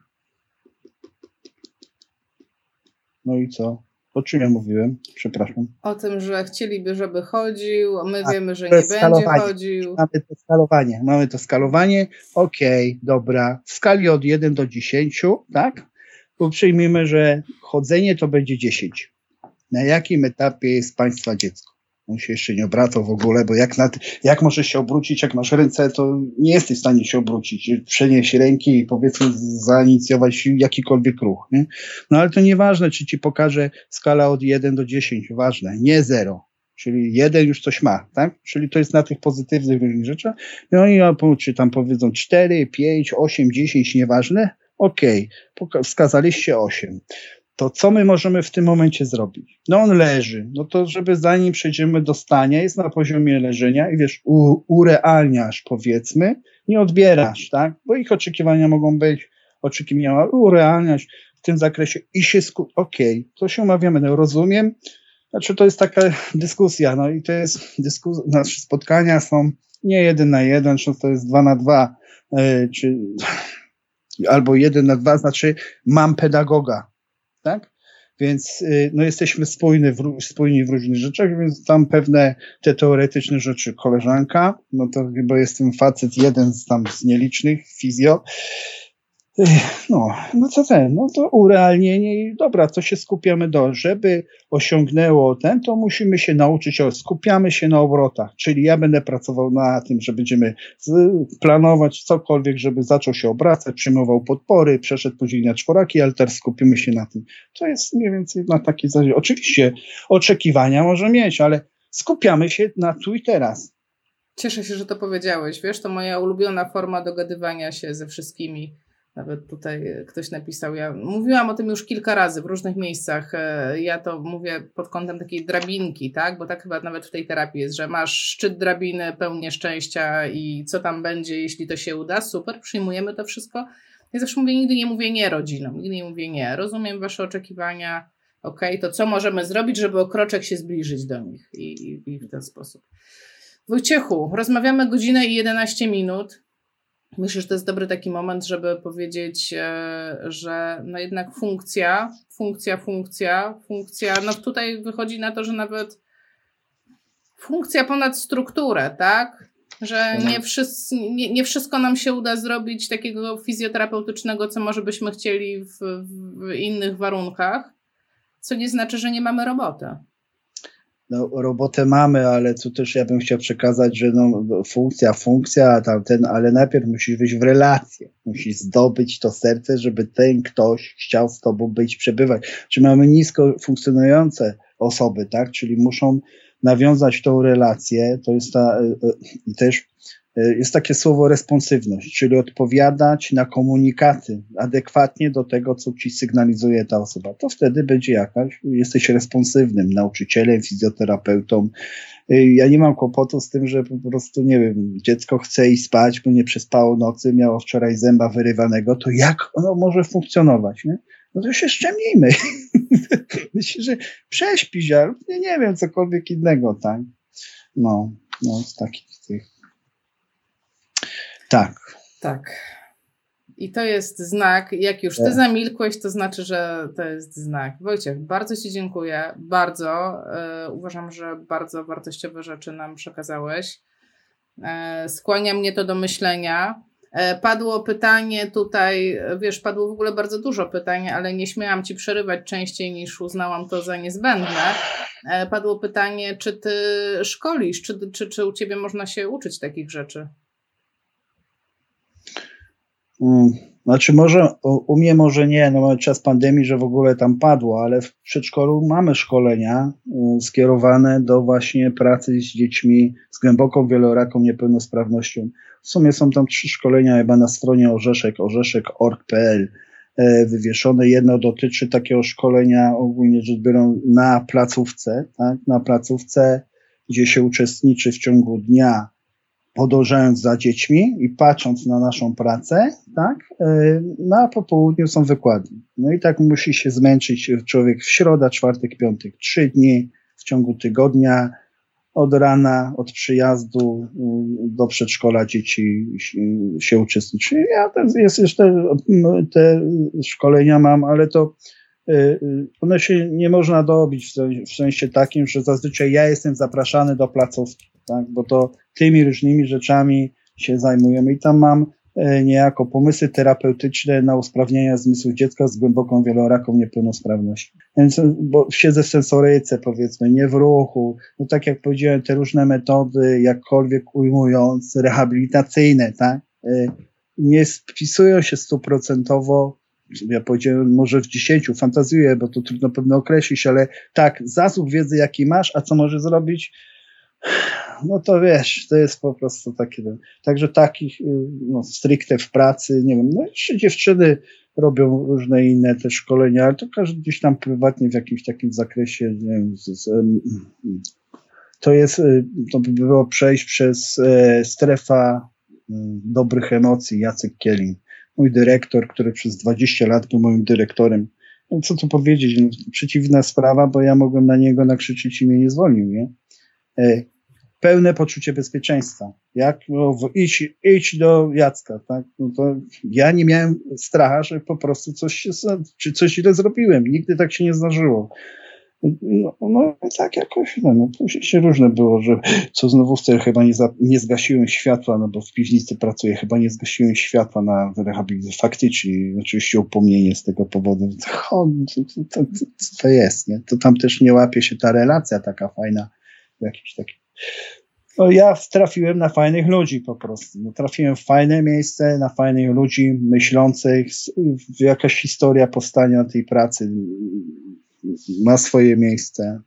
co? O czym ja mówiłem? Przepraszam. O tym, że chcieliby, żeby chodził, my wiemy, że nie będzie chodził. Mamy to skalowanie. Okej, dobra. W skali od 1 do 10, tak? Bo przyjmijmy, że chodzenie to będzie 10. Na jakim etapie jest państwa dziecko? On się jeszcze nie obracał w ogóle, bo jak możesz się obrócić, jak masz ręce, to nie jesteś w stanie się obrócić. Przenieść ręki i powiedzmy zainicjować jakikolwiek ruch. Nie? No ale to nieważne, czy ci pokażę skala od 1 do 10. Ważne, nie 0. Czyli 1 już coś ma, tak? Czyli to jest na tych pozytywnych rzeczach. No i czy tam powiedzą 4, 5, 8, 10, nieważne. Okej, wskazaliście 8. To co my możemy w tym momencie zrobić? No on leży, no to żeby zanim przejdziemy do stania, jest na poziomie leżenia i wiesz, urealniasz powiedzmy, nie odbierasz, tak? Bo ich oczekiwania mogą być, urealniać w tym zakresie i się to się umawiamy, no rozumiem, znaczy to jest taka dyskusja, no i to jest nasze spotkania są nie 1 na 1, często jest 2 na 2, czy albo 1 na 2 znaczy mam pedagoga, tak? Więc no jesteśmy spójni w różnych rzeczach, więc tam pewne te teoretyczne rzeczy koleżanka, no to chyba jestem facet jeden z nielicznych, fizjo. No to urealnienie i dobra, to się skupiamy żeby osiągnęło to musimy się nauczyć, skupiamy się na obrotach, czyli ja będę pracował na tym, że będziemy planować cokolwiek, żeby zaczął się obracać, przyjmował podpory, przeszedł później na czworaki, ale teraz skupimy się na tym. To jest mniej więcej na takiej zasadzie. Oczywiście oczekiwania może mieć, ale skupiamy się na tu i teraz. Cieszę się, że to powiedziałeś. Wiesz, to moja ulubiona forma dogadywania się ze wszystkimi. Nawet tutaj ktoś napisał, ja mówiłam o tym już kilka razy w różnych miejscach, ja to mówię pod kątem takiej drabinki, tak, bo tak chyba nawet w tej terapii jest, że masz szczyt drabiny, pełnię szczęścia i co tam będzie, jeśli to się uda, super, przyjmujemy to wszystko. Ja zawsze mówię, nigdy nie mówię nie rodzinom, nigdy nie mówię nie, rozumiem wasze oczekiwania, okej, to co możemy zrobić, żeby o kroczek się zbliżyć do nich i w ten sposób. Wojciechu, rozmawiamy godzinę i 11 minut. Myślę, że to jest dobry taki moment, żeby powiedzieć, że no jednak funkcja, no tutaj wychodzi na to, że nawet funkcja ponad strukturę, tak? Że nie wszystko nam się uda zrobić takiego fizjoterapeutycznego, co może byśmy chcieli w innych warunkach, co nie znaczy, że nie mamy roboty. No, robotę mamy, ale tu też ja bym chciał przekazać, że funkcja, ale najpierw musisz wyjść w relację, musisz zdobyć to serce, żeby ten ktoś chciał z tobą przebywać. Czy mamy nisko funkcjonujące osoby, tak? Czyli muszą nawiązać tą relację, to jest też jest takie słowo responsywność, czyli odpowiadać na komunikaty adekwatnie do tego, co ci sygnalizuje ta osoba. To wtedy będzie jesteś responsywnym nauczycielem, fizjoterapeutą. Ja nie mam kłopotu z tym, że po prostu, nie wiem, dziecko chce iść spać, bo nie przespało nocy, miało wczoraj zęba wyrywanego, to jak ono może funkcjonować, nie? No to się szczemnijmy. Myślę, że prześpisz, albo nie wiem, cokolwiek innego, tak? No, z takich tych. Tak. I to jest znak, jak już ty zamilkłeś, to znaczy, że to jest znak. Wojciech, bardzo ci dziękuję, bardzo. Uważam, że bardzo wartościowe rzeczy nam przekazałeś. Skłania mnie to do myślenia. Padło pytanie tutaj, wiesz, padło w ogóle bardzo dużo pytań, ale nie śmiałam ci przerywać częściej niż uznałam to za niezbędne. Padło pytanie, czy ty szkolisz, czy u ciebie można się uczyć takich rzeczy? Znaczy może u mnie może nie, no mamy czas pandemii, że w ogóle tam padło, ale w przedszkolu mamy szkolenia skierowane do właśnie pracy z dziećmi z głęboką wieloraką niepełnosprawnością. W sumie są tam 3 szkolenia chyba na stronie orzeszek.org.pl wywieszone. Jedno dotyczy takiego szkolenia ogólnie rzecz biorąc na placówce, tak? Na placówce, gdzie się uczestniczy w ciągu dnia, podążając za dziećmi i patrząc na naszą pracę, tak, na po południu są wykłady. No i tak musi się zmęczyć człowiek w środę, czwartek, piątek, 3 dni w ciągu tygodnia, od rana, od przyjazdu do przedszkola dzieci się uczestniczy. Ja jeszcze te szkolenia mam, ale to one się nie można dobić w sensie takim, że zazwyczaj ja jestem zapraszany do placówki, tak, bo to tymi różnymi rzeczami się zajmujemy i tam mam niejako pomysły terapeutyczne na usprawnienie zmysłu dziecka z głęboką wieloraką niepełnosprawnością. Więc, bo siedzę w sensoryce, powiedzmy, nie w ruchu, no tak jak powiedziałem, te różne metody, jakkolwiek ujmując, rehabilitacyjne, tak, nie spisują się 100%, ja powiedziałem może w 10, fantazjuję, bo to trudno pewno określić, ale tak, zasób wiedzy jaki masz, a co możesz zrobić, no to wiesz, to jest po prostu takie, także takich, no stricte w pracy, nie wiem, no jeszcze dziewczyny robią różne inne te szkolenia, ale to każdy gdzieś tam prywatnie w jakimś takim zakresie, nie wiem, to by było przejść przez strefa dobrych emocji, Jacek Kielin, mój dyrektor, który przez 20 lat był moim dyrektorem. No, co tu powiedzieć, no, przeciwna sprawa, bo ja mogłem na niego nakrzyczeć i mnie nie zwolnił, nie? pełne poczucie bezpieczeństwa. Jak idź do Jacka, tak? No to ja nie miałem strachu, że po prostu coś źle zrobiłem. Nigdy tak się nie zdarzyło. No tak jakoś, no później się różne było, że co znowu wtedy chyba nie zgasiłem światła, no bo w piwnicy pracuję, chyba nie zgasiłem światła na rehabilitację. Faktycznie, oczywiście upomnienie z tego powodu. Co to jest, nie? To tam też nie łapie się ta relacja taka fajna, jakiś taki. No ja trafiłem na fajnych ludzi po prostu. No, trafiłem w fajne miejsce, na fajnych ludzi myślących, jakaś historia powstania tej pracy ma swoje miejsce.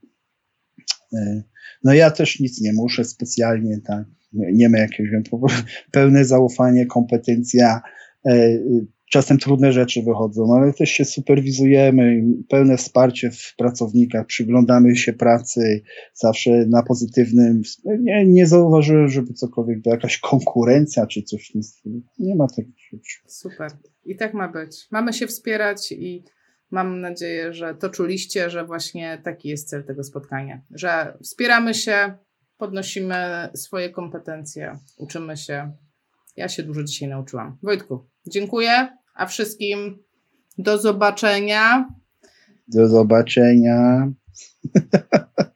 No ja też nic nie muszę specjalnie, tak. Nie ma jakiegoś pełne zaufanie, kompetencja. Czasem trudne rzeczy wychodzą, ale też się superwizujemy, pełne wsparcie w pracownikach, przyglądamy się pracy zawsze na pozytywnym. Nie zauważyłem, żeby cokolwiek była jakaś konkurencja czy coś. Nie ma takich rzeczy. Super. I tak ma być. Mamy się wspierać i mam nadzieję, że to czuliście, że właśnie taki jest cel tego spotkania, że wspieramy się, podnosimy swoje kompetencje, uczymy się. Ja się dużo dzisiaj nauczyłam. Wojtku, dziękuję, a wszystkim do zobaczenia. Do zobaczenia.